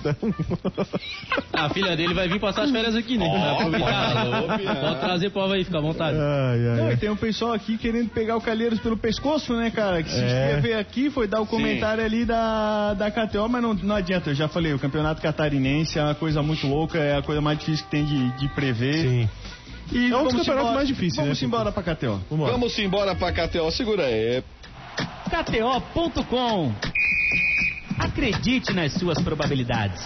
[SPEAKER 5] A filha dele vai vir passar as férias aqui, né? Vai aproveitar. Pode trazer pro Avaí, fica à vontade.
[SPEAKER 3] E tem um pessoal aqui querendo pegar o Calheiros pelo pescoço, né, cara? Que se inscrever aqui, foi dar o comentário ali da KTO, mas não adianta, eu já falei, o campeonato catarinense é uma coisa muito louca, é a coisa mais difícil que tem de prever.
[SPEAKER 4] Sim.
[SPEAKER 3] E
[SPEAKER 4] é um dos campeonatos mais difíceis,
[SPEAKER 3] Vamos embora pra KTO.
[SPEAKER 1] Vamos embora pra KTO, segura aí.
[SPEAKER 7] KTO.com. Acredite nas suas probabilidades.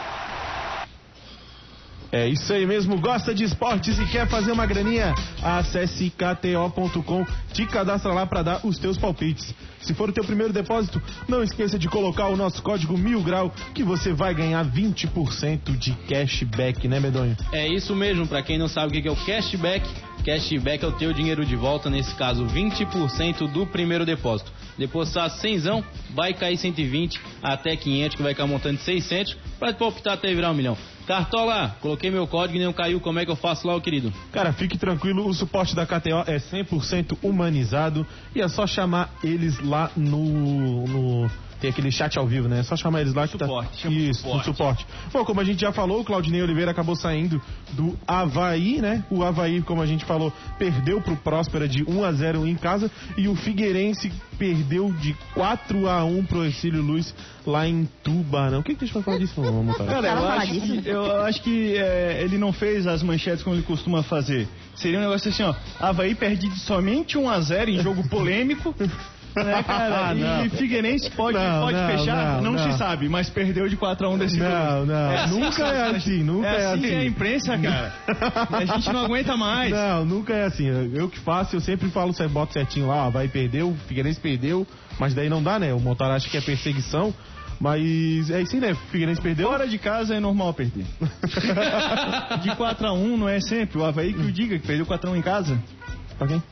[SPEAKER 4] É isso aí mesmo, gosta de esportes e quer fazer uma graninha? Acesse kto.com, te cadastra lá para dar os teus palpites. Se for o teu primeiro depósito, não esqueça de colocar o nosso código 1000grau que você vai ganhar 20% de cashback, né, Medonho?
[SPEAKER 5] É isso mesmo, para quem não sabe o que é o cashback, cashback é o teu dinheiro de volta, nesse caso 20% do primeiro depósito. Depositar 100, vai cair 120 até 500, que vai cair montando de 600, para palpitar até virar 1 milhão. Cartola, coloquei meu código e não caiu, como é que eu faço lá, querido?
[SPEAKER 4] Cara, fique tranquilo, o suporte da KTO é 100% humanizado e é só chamar eles lá no tem aquele chat ao vivo, né? É só chamar eles lá que
[SPEAKER 3] suporte,
[SPEAKER 4] Isso, no suporte. Bom, como a gente já falou, o Claudinei Oliveira acabou saindo do Avaí, né? O Avaí, como a gente falou, perdeu pro Próspera de 1-0 em casa e o Figueirense perdeu de 4-1 pro Ercílio Luz lá em Tubarão. O que a gente vai falar disso, Motora?
[SPEAKER 3] Cara, eu acho que ele não fez as manchetes como ele costuma fazer. Seria um negócio assim, ó, Avaí perde de somente 1-0 em jogo polêmico. Né, cara? E Figueirense pode fechar? Não se sabe, mas perdeu de 4-1 desse jogo.
[SPEAKER 4] Nunca é assim, nunca é assim.
[SPEAKER 3] É a imprensa, cara. A gente não aguenta mais.
[SPEAKER 4] Não, nunca é assim. Eu que faço, eu sempre falo, você bota certinho lá, vai perdeu, o Figueirense perdeu, mas daí não dá, né? O Motora acha que é perseguição. Mas é isso aí, né? Figueirense perdeu.
[SPEAKER 3] Fora de casa é normal perder. De 4-1 não é sempre. O Avaí que o diga, que perdeu 4-1 em casa.
[SPEAKER 4] Pra quem?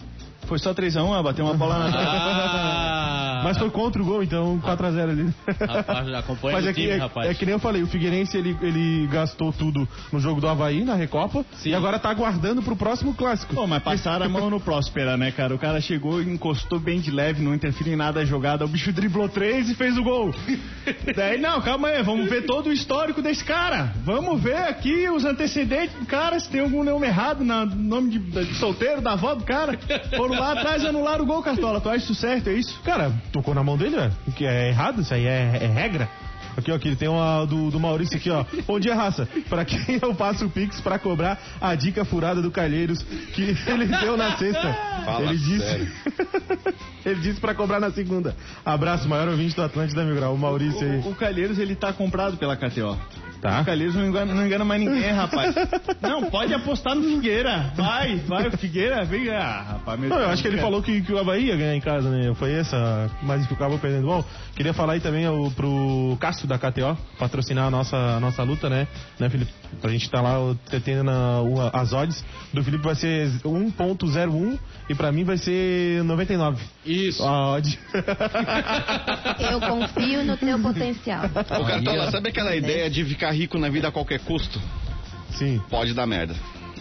[SPEAKER 3] Foi só 3-1, bateu uma bola na trave.
[SPEAKER 4] Mas foi contra o gol, então 4-0 ali.
[SPEAKER 5] Rapaz, já acompanha
[SPEAKER 4] Mas
[SPEAKER 5] o time, rapaz.
[SPEAKER 4] é que nem eu falei, o Figueirense ele gastou tudo no jogo do Avaí, na Recopa,
[SPEAKER 5] Sim.
[SPEAKER 4] e agora tá aguardando pro próximo clássico.
[SPEAKER 3] Pô, mas passaram a mão no Próspera, né, cara? O cara chegou e encostou bem de leve, não interferiu em nada a jogada. O bicho driblou 3 e fez o gol. Daí, não, calma aí, vamos ver todo o histórico desse cara. Vamos ver aqui os antecedentes do cara, se tem algum nome errado no nome de solteiro, da avó do cara. Foram lá atrás e anularam o gol, Cartola. Tu acha isso certo, é isso?
[SPEAKER 4] Cara, tocou na mão dele, velho. O que é errado? Isso aí é regra. Aqui, ó, aqui tem uma do Maurício aqui, ó. Bom dia, raça. Pra quem eu passo o Pix pra cobrar a dica furada do Calheiros que ele deu na sexta.
[SPEAKER 1] Fala
[SPEAKER 4] Ele disse.
[SPEAKER 1] sério.
[SPEAKER 4] Ele disse pra cobrar na segunda. Abraço, maior ouvinte do Atlântida Mil Grau, o Maurício aí.
[SPEAKER 3] O Calheiros, ele tá comprado pela KTO.
[SPEAKER 4] Tá.
[SPEAKER 3] O Calheiros não engana mais ninguém, rapaz. Não, pode apostar no Figueira. Vai, o Figueira, vem. Rapaz, meu
[SPEAKER 4] Não, eu
[SPEAKER 3] Deus,
[SPEAKER 4] acho que ele
[SPEAKER 3] cara.
[SPEAKER 4] falou que o Avaí ia ganhar em casa, né? Foi essa, mas ficava perdendo. Bom, queria falar aí também pro Cássio da KTO, patrocinar a nossa luta, né, Felipe? A gente tá lá tendo as odds. Do Felipe vai ser 1.01 e pra mim vai ser 99.
[SPEAKER 5] Isso.
[SPEAKER 4] A odd.
[SPEAKER 2] Eu confio no teu potencial.
[SPEAKER 1] Ô, Cartola, sabe aquela ideia de ficar rico na vida a qualquer custo?
[SPEAKER 4] Sim.
[SPEAKER 1] Pode dar merda.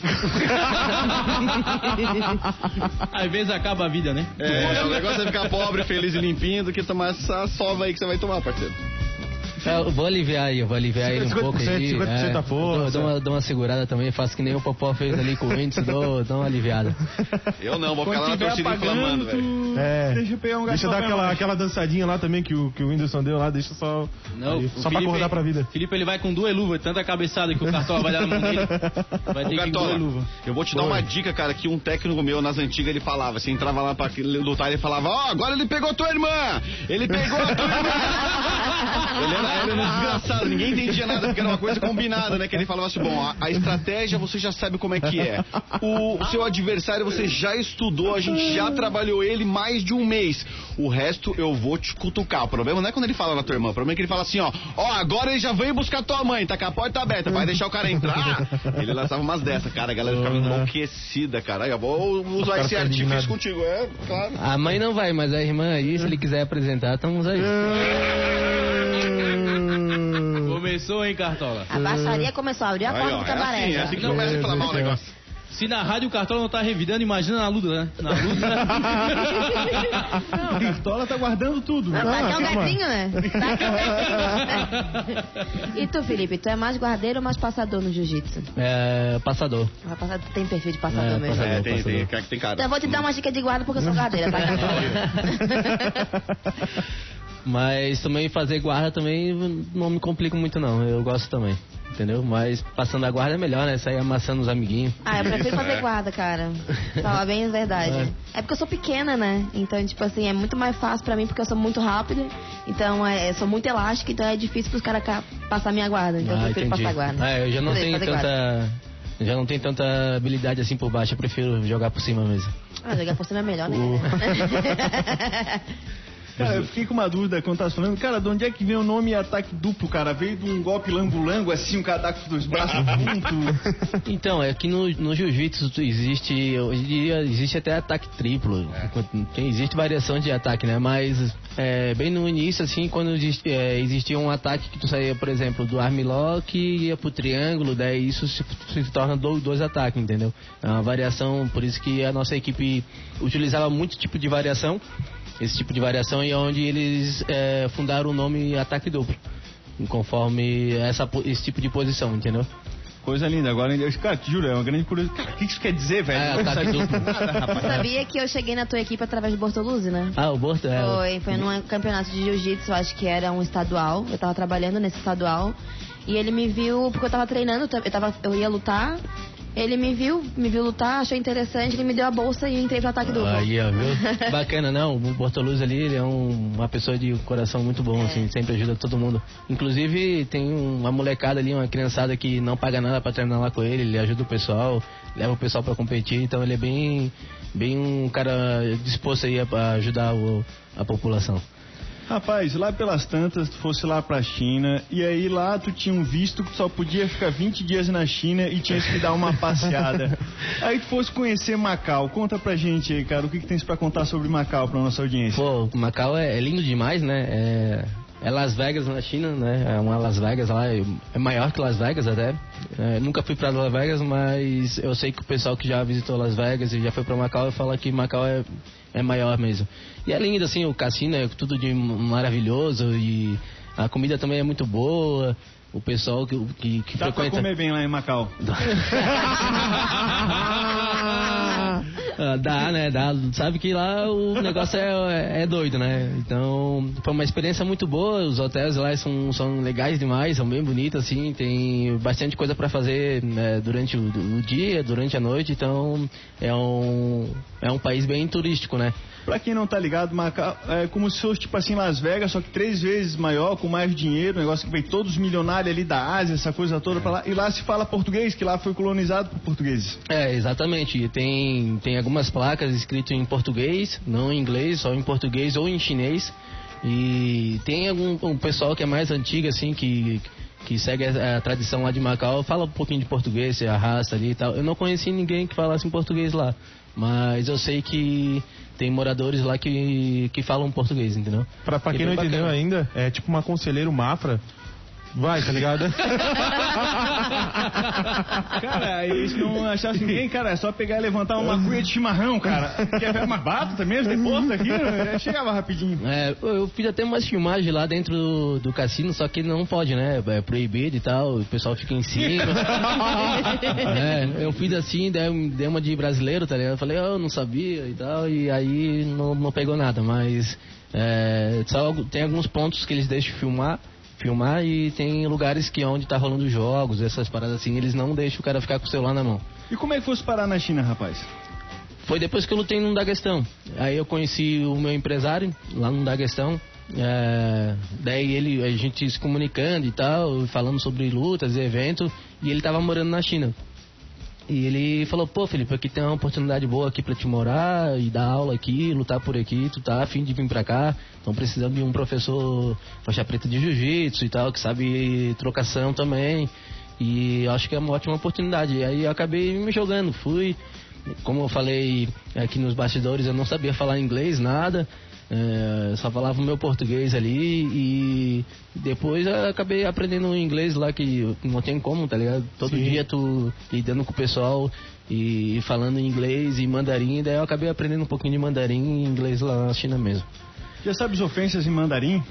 [SPEAKER 5] Às vezes acaba a vida, né?
[SPEAKER 1] O negócio é ficar pobre, feliz e limpinho do que tomar essa sova aí que você vai tomar, parceiro.
[SPEAKER 6] Eu vou aliviar ele um
[SPEAKER 4] 50%,
[SPEAKER 6] pouco aí.
[SPEAKER 4] 50% da força.
[SPEAKER 6] Dou uma segurada também, faço que nem o Popó fez ali com o índice, dou uma aliviada.
[SPEAKER 1] Eu não, vou ficar
[SPEAKER 3] Quando
[SPEAKER 1] lá na
[SPEAKER 3] tiver
[SPEAKER 1] torcida inflamando,
[SPEAKER 3] apagando,
[SPEAKER 1] velho.
[SPEAKER 4] É.
[SPEAKER 3] Deixa eu pegar um
[SPEAKER 4] Deixa eu dar aquela dançadinha lá também que o Whindersson deu lá, deixa só.
[SPEAKER 5] Não,
[SPEAKER 4] aí,
[SPEAKER 5] o
[SPEAKER 4] só pra
[SPEAKER 5] Felipe-
[SPEAKER 4] acordar pra vida.
[SPEAKER 5] Felipe, ele vai com 2 luvas, tanta cabeçada que o Cartola vai dar na mão dele. Vai
[SPEAKER 1] Ô,
[SPEAKER 5] ter que ir com
[SPEAKER 1] Cartola,
[SPEAKER 5] 2 luvas.
[SPEAKER 1] eu vou te dar uma dica, cara, que um técnico meu nas antigas ele falava, você entrava lá pra lutar ele falava, ó, agora ele pegou tua irmã! Ele pegou a tua irmã! Ele era um desgraçado, ninguém entendia nada, porque era uma coisa combinada, né? Que ele falava assim, bom, a estratégia você já sabe como é que é. O seu adversário você já estudou, a gente já trabalhou ele mais de um mês. O resto eu vou te cutucar. O problema não é quando ele fala na tua irmã, o problema é que ele fala assim, ó, agora ele já veio buscar tua mãe, tá com a porta aberta, vai deixar o cara entrar? Ele lançava umas dessas, cara, a galera ficava enlouquecida, cara. Eu vou usar esse artifício contigo, claro.
[SPEAKER 6] A mãe não vai, mas a irmã aí, se ele quiser apresentar, estamos aí.
[SPEAKER 5] Começou, hein, Cartola?
[SPEAKER 2] A baixaria começou a abrir a porta do cabaré.
[SPEAKER 1] É assim que começa a inflamar o negócio.
[SPEAKER 5] Se na rádio o Cartola não tá revidando, imagina na luta, né? Na luta.
[SPEAKER 3] Não, o Cartola tá guardando tudo.
[SPEAKER 2] Não, tá aqui é um
[SPEAKER 4] calma.
[SPEAKER 2] gatinho, né? Tá aqui é um gatinho. E tu, Felipe, tu é mais guardeiro ou mais passador no jiu-jitsu?
[SPEAKER 6] Passador.
[SPEAKER 2] Tu tem perfil de passador mesmo.
[SPEAKER 6] passador.
[SPEAKER 1] Tem cara.
[SPEAKER 2] Então eu vou te dar uma dica de guarda porque eu sou guardeira, tá?
[SPEAKER 6] Mas também fazer guarda também não me complica muito não, eu gosto também, entendeu? Mas passando a guarda é melhor, né? Sair amassando os amiguinhos.
[SPEAKER 2] Eu prefiro fazer guarda, cara. Falar bem a verdade. É porque eu sou pequena, né? Então, tipo assim, é muito mais fácil pra mim porque eu sou muito rápida. Então, eu sou muito elástica, então é difícil pros caras passar minha guarda. Então eu prefiro
[SPEAKER 6] entendi.
[SPEAKER 2] passar guarda.
[SPEAKER 6] Eu já não
[SPEAKER 2] Fazer
[SPEAKER 6] tenho
[SPEAKER 2] guarda.
[SPEAKER 6] já não tenho tanta habilidade assim por baixo, eu prefiro jogar por cima mesmo.
[SPEAKER 2] Jogar por cima é melhor, né?
[SPEAKER 3] Cara, eu fiquei com uma dúvida quando tava falando. Cara, de onde é que vem o nome ataque duplo, cara? Veio de um golpe lambo-lango, assim, um cara com os braços juntos.
[SPEAKER 6] Então, é que no jiu-jitsu existe, hoje em dia, existe até ataque triplo. Existe variação de ataque, né? Mas bem no início, assim, quando existia um ataque que tu saía, por exemplo, do armlock e ia pro triângulo, daí isso se torna dois ataques, entendeu? É uma variação, por isso que a nossa equipe utilizava muito tipo de variação. Esse tipo de variação é onde eles fundaram o nome ataque duplo, conforme esse tipo de posição, entendeu?
[SPEAKER 3] Coisa linda. Agora, cara, te juro, é uma grande curiosidade. Cara, o que isso quer dizer, velho?
[SPEAKER 6] Ataque duplo.
[SPEAKER 2] Você sabia que eu cheguei na tua equipe através do Bortoluzzi, né?
[SPEAKER 6] O Borto
[SPEAKER 2] Foi num campeonato de jiu-jitsu, acho que era um estadual. Eu tava trabalhando nesse estadual. E ele me viu, porque eu tava treinando, eu ia lutar. Ele me viu lutar, achou interessante, ele me deu a bolsa e entrei pro ataque duplo.
[SPEAKER 6] Aí, ó, viu? Bacana, não. O Bortoluzzi ali, ele é uma pessoa de coração muito bom, assim, sempre ajuda todo mundo. Inclusive, tem uma molecada ali, uma criançada que não paga nada pra treinar lá com ele ajuda o pessoal, leva o pessoal pra competir, então ele é bem um cara disposto aí a ajudar a população.
[SPEAKER 3] Rapaz, lá pelas tantas, tu fosse lá pra China, e aí lá tu tinha um visto que só podia ficar 20 dias na China e tinha que dar uma passeada. Aí tu fosse conhecer Macau. Conta pra gente aí, cara, o que tens pra contar sobre Macau pra nossa audiência?
[SPEAKER 6] Pô, Macau é lindo demais, né? É Las Vegas na China, né? É uma Las Vegas lá, é maior que Las Vegas até. Nunca fui pra Las Vegas, mas eu sei que o pessoal que já visitou Las Vegas e já foi pra Macau fala que Macau é maior mesmo. E é lindo, assim, o cassino é tudo de maravilhoso e a comida também é muito boa. O pessoal que
[SPEAKER 3] Dá
[SPEAKER 6] frequenta...
[SPEAKER 3] pra comer bem lá em Macau?
[SPEAKER 6] Dá, né? Dá. Sabe que lá o negócio é doido, né? Então, foi uma experiência muito boa. Os hotéis lá são legais demais, são bem bonitos, assim. Tem bastante coisa pra fazer, né, durante o dia, durante a noite. Então, é um país bem turístico, né?
[SPEAKER 3] Pra quem não tá ligado, Macau é como se fosse tipo assim Las Vegas, só que 3 vezes maior, com mais dinheiro, um negócio que vem todos os milionários ali da Ásia, essa coisa toda pra lá. E lá se fala português, que lá foi colonizado por portugueses.
[SPEAKER 6] Exatamente. Tem algumas placas escritas em português, não em inglês, só em português ou em chinês. E tem um pessoal que é mais antigo, assim, que segue a tradição lá de Macau, fala um pouquinho de português, se arrasta ali e tal. Eu não conheci ninguém que falasse em português lá, mas eu sei que tem moradores lá que falam português, entendeu?
[SPEAKER 4] Pra quem não entendeu ainda, é tipo uma conselheiro Mafra. Vai, tá ligado?
[SPEAKER 3] Cara, e se não achasse ninguém, cara, é só pegar e levantar uma cuia de chimarrão, cara. Quer ver mais barato também? Tem posto aqui, né? Chegava rapidinho.
[SPEAKER 6] Eu fiz até umas filmagens lá dentro do cassino, só que não pode, né? É proibido e tal, o pessoal fica em cima. Eu fiz assim, dei uma de brasileiro, tá ligado? Eu falei, eu não sabia e tal, e aí não pegou nada, mas só tem alguns pontos que eles deixam filmar e tem lugares que onde tá rolando jogos, essas paradas assim, eles não deixam o cara ficar com o celular na mão.
[SPEAKER 3] E como é que fosse parar na China, rapaz?
[SPEAKER 6] Foi depois que eu lutei no Daguestão. Aí eu conheci o meu empresário lá no Daguestão. Daí a gente se comunicando e tal, falando sobre lutas e eventos, e ele tava morando na China. E ele falou, pô, Felipe, aqui tem uma oportunidade boa aqui pra te morar e dar aula aqui, lutar por aqui, tu tá a fim de vir pra cá, estão precisando de um professor faixa preta de jiu-jitsu e tal, que sabe trocação também, e acho que é uma ótima oportunidade. E aí eu acabei me jogando, fui, como eu falei aqui nos bastidores, eu não sabia falar inglês, nada, só falava o meu português ali, e depois eu acabei aprendendo inglês lá, que não tem como, tá ligado? Todo dia tu lidando com o pessoal e falando inglês e mandarim, daí eu acabei aprendendo um pouquinho de mandarim e inglês lá na China mesmo.
[SPEAKER 3] Já sabe as ofensas em mandarim?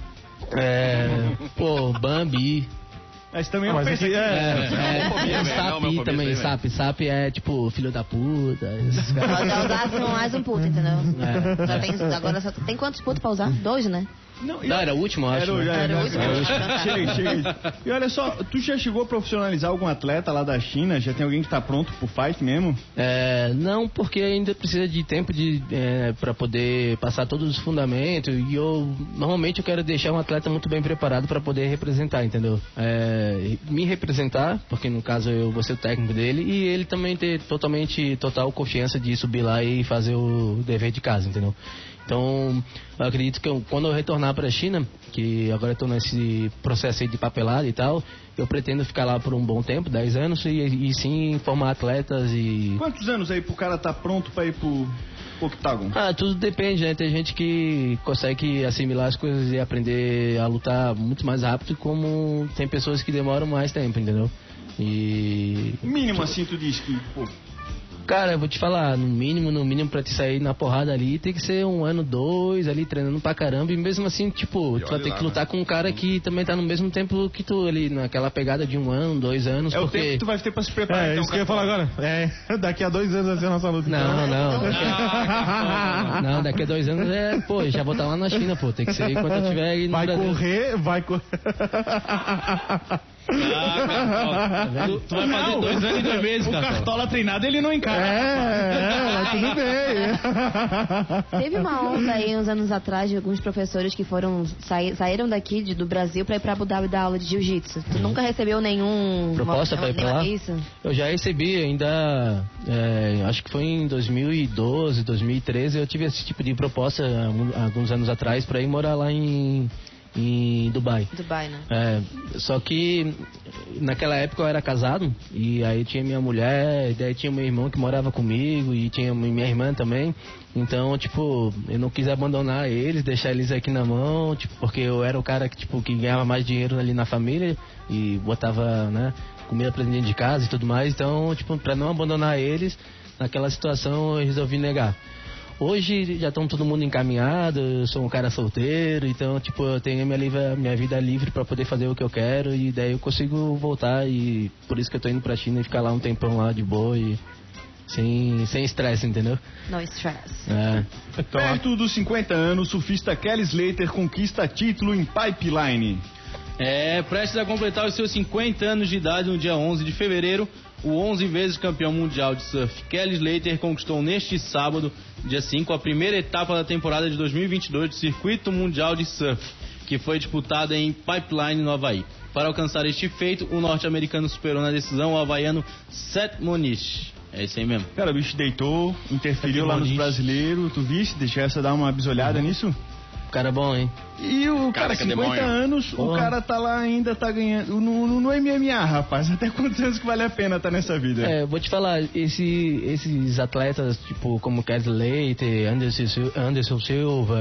[SPEAKER 6] Bambi.
[SPEAKER 3] Mas também é ofensa
[SPEAKER 6] Sapi também, sapi é tipo filho da puta.
[SPEAKER 2] Já usasse mais um puto, entendeu? Agora só tem quantos putos pra usar? 2, né?
[SPEAKER 6] Não, era o último, acho.
[SPEAKER 2] Era o último.
[SPEAKER 3] Chega. E olha só, tu já chegou a profissionalizar algum atleta lá da China? Já tem alguém que tá pronto pro fight mesmo?
[SPEAKER 6] Não, porque ainda precisa de tempo pra poder passar todos os fundamentos. E normalmente eu quero deixar um atleta muito bem preparado pra poder representar, entendeu? Me representar, porque no caso eu vou ser o técnico dele, e ele também ter total confiança de subir lá e fazer o dever de casa, entendeu? Então, eu acredito que quando eu retornar para a China, que agora estou nesse processo aí de papelada e tal, eu pretendo ficar lá por um bom tempo, 10 anos, e sim formar atletas e...
[SPEAKER 3] Quantos anos aí pro cara tá pronto para ir pro octágono?
[SPEAKER 6] Tudo depende, né? Tem gente que consegue assimilar as coisas e aprender a lutar muito mais rápido, como tem pessoas que demoram mais tempo, entendeu? E...
[SPEAKER 3] Mínimo assim, tu diz que...
[SPEAKER 6] Cara, eu vou te falar, no mínimo pra te sair na porrada ali, tem que ser 1 ano, 2 ali, treinando pra caramba, e mesmo assim, tipo, tu vai ter que lutar com um cara que também tá no mesmo tempo que tu ali, naquela pegada de 1 ano, 2 anos,
[SPEAKER 3] porque... o tempo que tu vai ter pra se preparar.
[SPEAKER 4] Isso que eu ia falar agora. Daqui a 2 anos vai ser a nossa luta.
[SPEAKER 6] Não, daqui a 2 anos já vou estar lá na China, pô, tem que ser enquanto eu tiver aí no Brasil.
[SPEAKER 4] Vai correr.
[SPEAKER 5] Tu vai fazer 2 anos e 2 meses,
[SPEAKER 3] O
[SPEAKER 5] cara.
[SPEAKER 3] Cartola treinado ele não encara.
[SPEAKER 4] Mas tudo bem.
[SPEAKER 2] Teve uma onda aí uns anos atrás de alguns professores que saíram daqui do Brasil pra ir pra Abu Dhabi dar aula de jiu-jitsu. Tu nunca recebeu nenhum...
[SPEAKER 6] Proposta pra ir pra lá?
[SPEAKER 2] Isso?
[SPEAKER 6] Eu já recebi ainda, acho que foi em 2012, 2013, eu tive esse tipo de proposta alguns anos atrás pra ir morar lá em Dubai.
[SPEAKER 2] Dubai, né?
[SPEAKER 6] Só que naquela época eu era casado e aí tinha minha mulher, daí tinha meu irmão que morava comigo e tinha minha irmã também. Então, tipo, eu não quis abandonar eles, deixar eles aqui na mão, tipo, porque eu era o cara que, tipo, que ganhava mais dinheiro ali na família e botava, né, comida pra dentro de casa e tudo mais. Então, tipo, pra não abandonar eles, naquela situação eu resolvi negar. Hoje já estão todo mundo encaminhado, eu sou um cara solteiro, então, tipo, eu tenho minha vida livre pra poder fazer o que eu quero e daí eu consigo voltar e por isso que eu tô indo pra China e ficar lá um tempão lá de boa e sem estresse, entendeu?
[SPEAKER 2] No stress.
[SPEAKER 3] Perto dos 50 anos, o surfista Kelly Slater conquista título em Pipeline.
[SPEAKER 5] Prestes a completar os seus 50 anos de idade no dia 11 de fevereiro, o 11 vezes campeão mundial de surf Kelly Slater conquistou neste sábado, dia 5, a primeira etapa da temporada de 2022 do Circuito Mundial de Surf, que foi disputada em Pipeline, no Havaí. Para alcançar este feito, o norte-americano superou na decisão o havaiano Seth Moniz. É isso aí mesmo.
[SPEAKER 3] Cara, o bicho deitou, interferiu lá nos brasileiros, tu viste? Deixa essa dar uma bisolhada nisso?
[SPEAKER 6] Cara bom, hein?
[SPEAKER 3] E o cara, 50 anos, o cara tá lá ainda, tá ganhando no MMA, rapaz. Até quantos anos que vale a pena tá nessa vida?
[SPEAKER 6] Vou te falar, esses atletas, tipo, como Kelly Slater, Anderson Silva,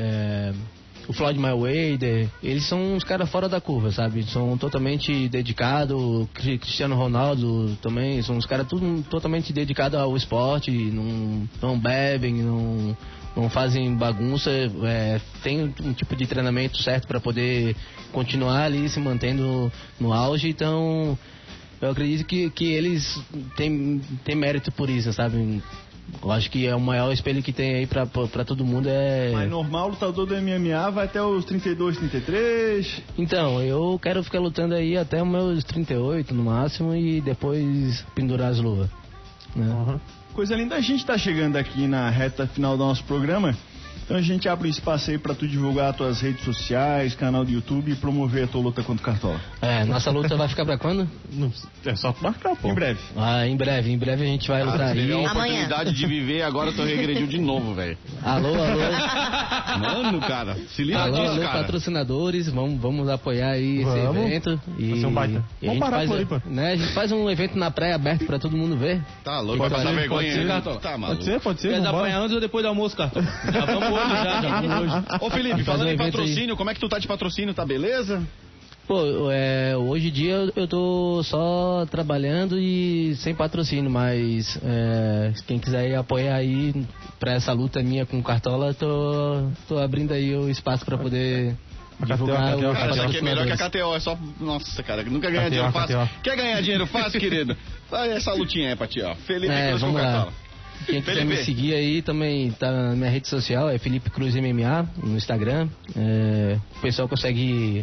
[SPEAKER 6] o Floyd Mayweather, eles são uns caras fora da curva, sabe? São totalmente dedicados, Cristiano Ronaldo também, são uns caras totalmente dedicados ao esporte, não bebem, não fazem bagunça, tem um tipo de treinamento certo para poder continuar ali se mantendo no auge, então eu acredito que eles têm mérito por isso, sabe? Eu acho que é o maior espelho que tem aí pra todo mundo.
[SPEAKER 3] Mas normal, o lutador do MMA vai até os 32, 33?
[SPEAKER 6] Então, eu quero ficar lutando aí até os meus 38 no máximo e depois pendurar as luvas, né?
[SPEAKER 3] Uhum. Coisa linda, a gente tá chegando aqui na reta final do nosso programa, então a gente abre um espaço aí pra tu divulgar as tuas redes sociais, canal do YouTube e promover a tua luta contra o Cartola.
[SPEAKER 6] Nossa luta vai ficar pra quando?
[SPEAKER 4] É só marcar, pô.
[SPEAKER 3] Em breve.
[SPEAKER 6] Em breve a gente vai lutar aí.
[SPEAKER 1] A oportunidade de viver, agora tu regrediu de novo, velho.
[SPEAKER 6] Alô.
[SPEAKER 1] Mano, cara, se liga
[SPEAKER 6] Alô,
[SPEAKER 1] cara.
[SPEAKER 6] patrocinadores, vamos apoiar aí esse evento.
[SPEAKER 4] Vai ser um baita. Vamos parar por aí, pô.
[SPEAKER 6] A gente faz um evento na praia aberto pra todo mundo ver.
[SPEAKER 1] Tá louco, pode passar vergonha
[SPEAKER 5] ser,
[SPEAKER 1] aí.
[SPEAKER 5] Cartola.
[SPEAKER 1] Tá maluco.
[SPEAKER 4] Pode ser.
[SPEAKER 5] Quer
[SPEAKER 4] Vambora.
[SPEAKER 5] apanhar antes ou depois do almoço, Cartola? Já vamos hoje, já vamos hoje.
[SPEAKER 1] Ô Felipe, falando
[SPEAKER 6] um
[SPEAKER 1] em
[SPEAKER 6] evento
[SPEAKER 1] patrocínio, como é que tu tá de patrocínio? Tá beleza?
[SPEAKER 6] Pô, hoje em dia eu tô só trabalhando e sem patrocínio, mas quem quiser ir apoiar aí pra essa luta minha com o Cartola, tô abrindo aí o espaço pra poder divulgar
[SPEAKER 4] KTO,
[SPEAKER 1] Cara, isso
[SPEAKER 6] os
[SPEAKER 1] aqui é melhor que a
[SPEAKER 6] patrocinadores.
[SPEAKER 1] KTO, é só... Nossa, cara, nunca ganha
[SPEAKER 4] KTO,
[SPEAKER 1] dinheiro fácil.
[SPEAKER 4] KTO.
[SPEAKER 1] Quer ganhar dinheiro fácil, querido? Faz essa lutinha aí pra ti, ó. Felipe Cruz com
[SPEAKER 6] vamos lá.
[SPEAKER 1] Cartola.
[SPEAKER 6] Quem quiser
[SPEAKER 1] Felipe.
[SPEAKER 6] me seguir aí também tá na minha rede social, é Felipe Cruz MMA no Instagram. O pessoal consegue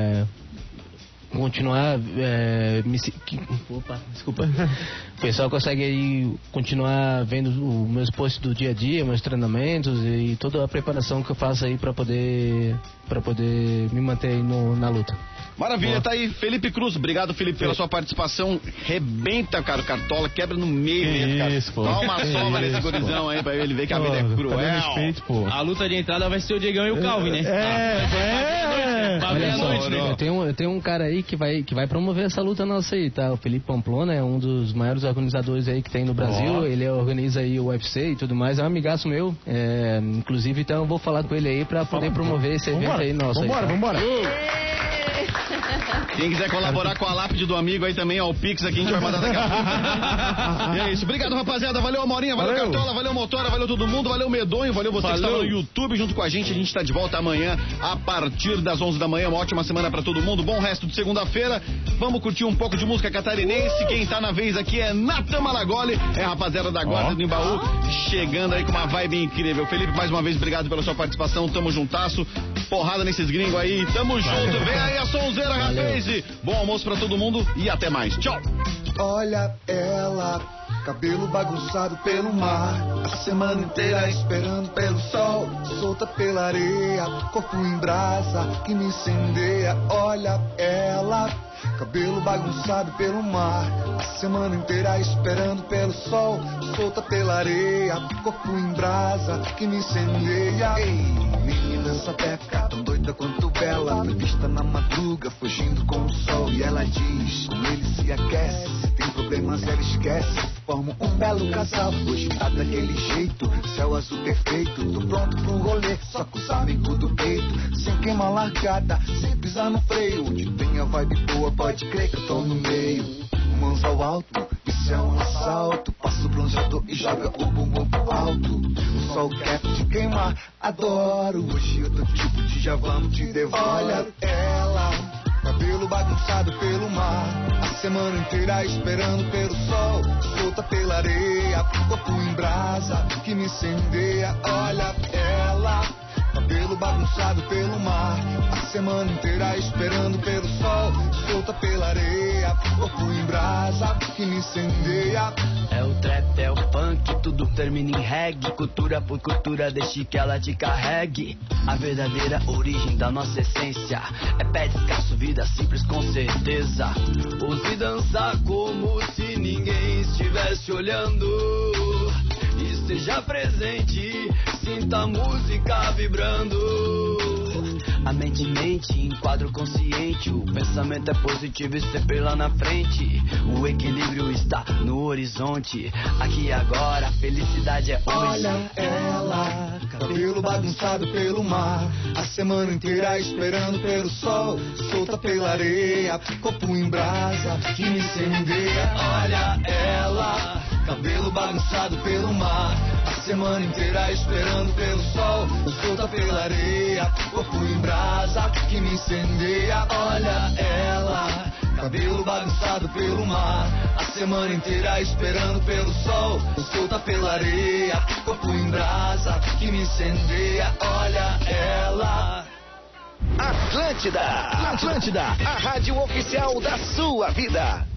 [SPEAKER 6] continuar desculpa. O pessoal consegue aí continuar vendo os meus posts do dia a dia, meus treinamentos e toda a preparação que eu faço aí pra poder me manter aí na luta.
[SPEAKER 1] Maravilha, tá aí. Felipe Cruz, obrigado, Felipe, pela sua participação. Rebenta, cara, o Cartola, quebra no meio mesmo, cara.
[SPEAKER 4] isso, pô.
[SPEAKER 1] Dá uma
[SPEAKER 4] Que
[SPEAKER 1] sova nesse
[SPEAKER 4] isso,
[SPEAKER 1] gurizão aí pra ele ver que a
[SPEAKER 4] Pô,
[SPEAKER 1] vida é
[SPEAKER 4] cadê
[SPEAKER 1] cruel.
[SPEAKER 4] respeito, pô.
[SPEAKER 5] A luta de entrada vai ser o Diegão e o Calvin, né? Pra ver
[SPEAKER 6] Olha
[SPEAKER 5] a
[SPEAKER 6] só,
[SPEAKER 5] noite, né?
[SPEAKER 6] eu tenho um cara aí que vai promover essa luta nossa aí, tá? O Felipe Pamplona é um dos maiores organizadores aí que tem no Brasil. Ele organiza aí o UFC e tudo mais. É um amigaço meu. Inclusive, então eu vou falar com ele aí pra poder promover esse evento aí nosso.
[SPEAKER 4] Vambora.
[SPEAKER 1] Quem quiser colaborar com a lápide do amigo aí também, ó, o Pix aqui a gente vai mandar daqui a pouco. E é isso. Obrigado, rapaziada. Valeu, Amorinha. Valeu, Cartola. Valeu, Motora. Valeu todo mundo. Valeu, Medonho. Valeu você que estava no YouTube junto com a gente. A gente tá de volta amanhã a partir das 11 da manhã. Uma ótima semana pra todo mundo. Bom resto de segunda-feira. Vamos curtir um pouco de música catarinense. Quem tá na vez aqui é Natan Malagoli. É a rapaziada da Guarda do Embaú. Chegando aí com uma vibe incrível. Felipe, mais uma vez, obrigado pela sua participação. Tamo juntasso. porrada nesses gringos aí. Tamo junto. Vem aí a sonzeira, rapaz. Bom almoço pra todo mundo e até mais. Tchau.
[SPEAKER 8] Olha ela, cabelo bagunçado pelo mar, a semana inteira esperando pelo sol, solta pela areia, corpo em brasa que me incendeia. Olha ela, cabelo bagunçado pelo mar, a semana inteira esperando pelo sol, solta pela areia, corpo em brasa que me incendeia. Ei, menina sapeca, tão doida quanto bela, foi vista na madruga, fugindo com o sol. E ela diz, com ele se aquece, se tem problemas ela esquece, forma um belo casal. Hoje tá daquele jeito, céu azul perfeito, tô pronto pro rolê, só com os amigos do peito, sem queimar largada, sem pisar no freio. Onde tem a vibe boa, pode crer que eu tô no meio. Mãos ao alto, isso é um assalto, passa o bronzeador e joga o bumbum pro alto. O sol quer te queimar, adoro. Hoje eu tô tipo de já vamos te devorar. Olha ela, cabelo bagunçado pelo mar, a semana inteira esperando pelo sol, solta pela areia, corpo em brasa que me incendeia. Olha ela, cabelo bagunçado pelo mar, a semana inteira esperando pelo sol, solta pela areia, corpo em brasa que me incendeia.
[SPEAKER 9] É o trap, é o funk, tudo termina em reggae, cultura por cultura, deixe que ela te carregue. A verdadeira origem da nossa essência é pé descalço, vida simples com certeza. Ouse dançar como se ninguém estivesse olhando. Esteja presente, sinta a música vibrando. A mente em quadro consciente, o pensamento é positivo e sempre lá na frente. O equilíbrio está no horizonte, aqui e agora a felicidade é hoje.
[SPEAKER 8] Olha ela, cabelo bagunçado pelo mar, a semana inteira esperando pelo sol, solta pela areia, corpo em brasa que me incendeia. Olha ela, cabelo bagunçado pelo mar, a semana inteira esperando pelo sol, solta pela areia, corpo em brasa que me incendeia. Olha ela, cabelo bagunçado pelo mar, a semana inteira esperando pelo sol, solta pela areia, corpo em brasa que me incendeia. Olha ela.
[SPEAKER 10] Atlântida, a rádio oficial da sua vida.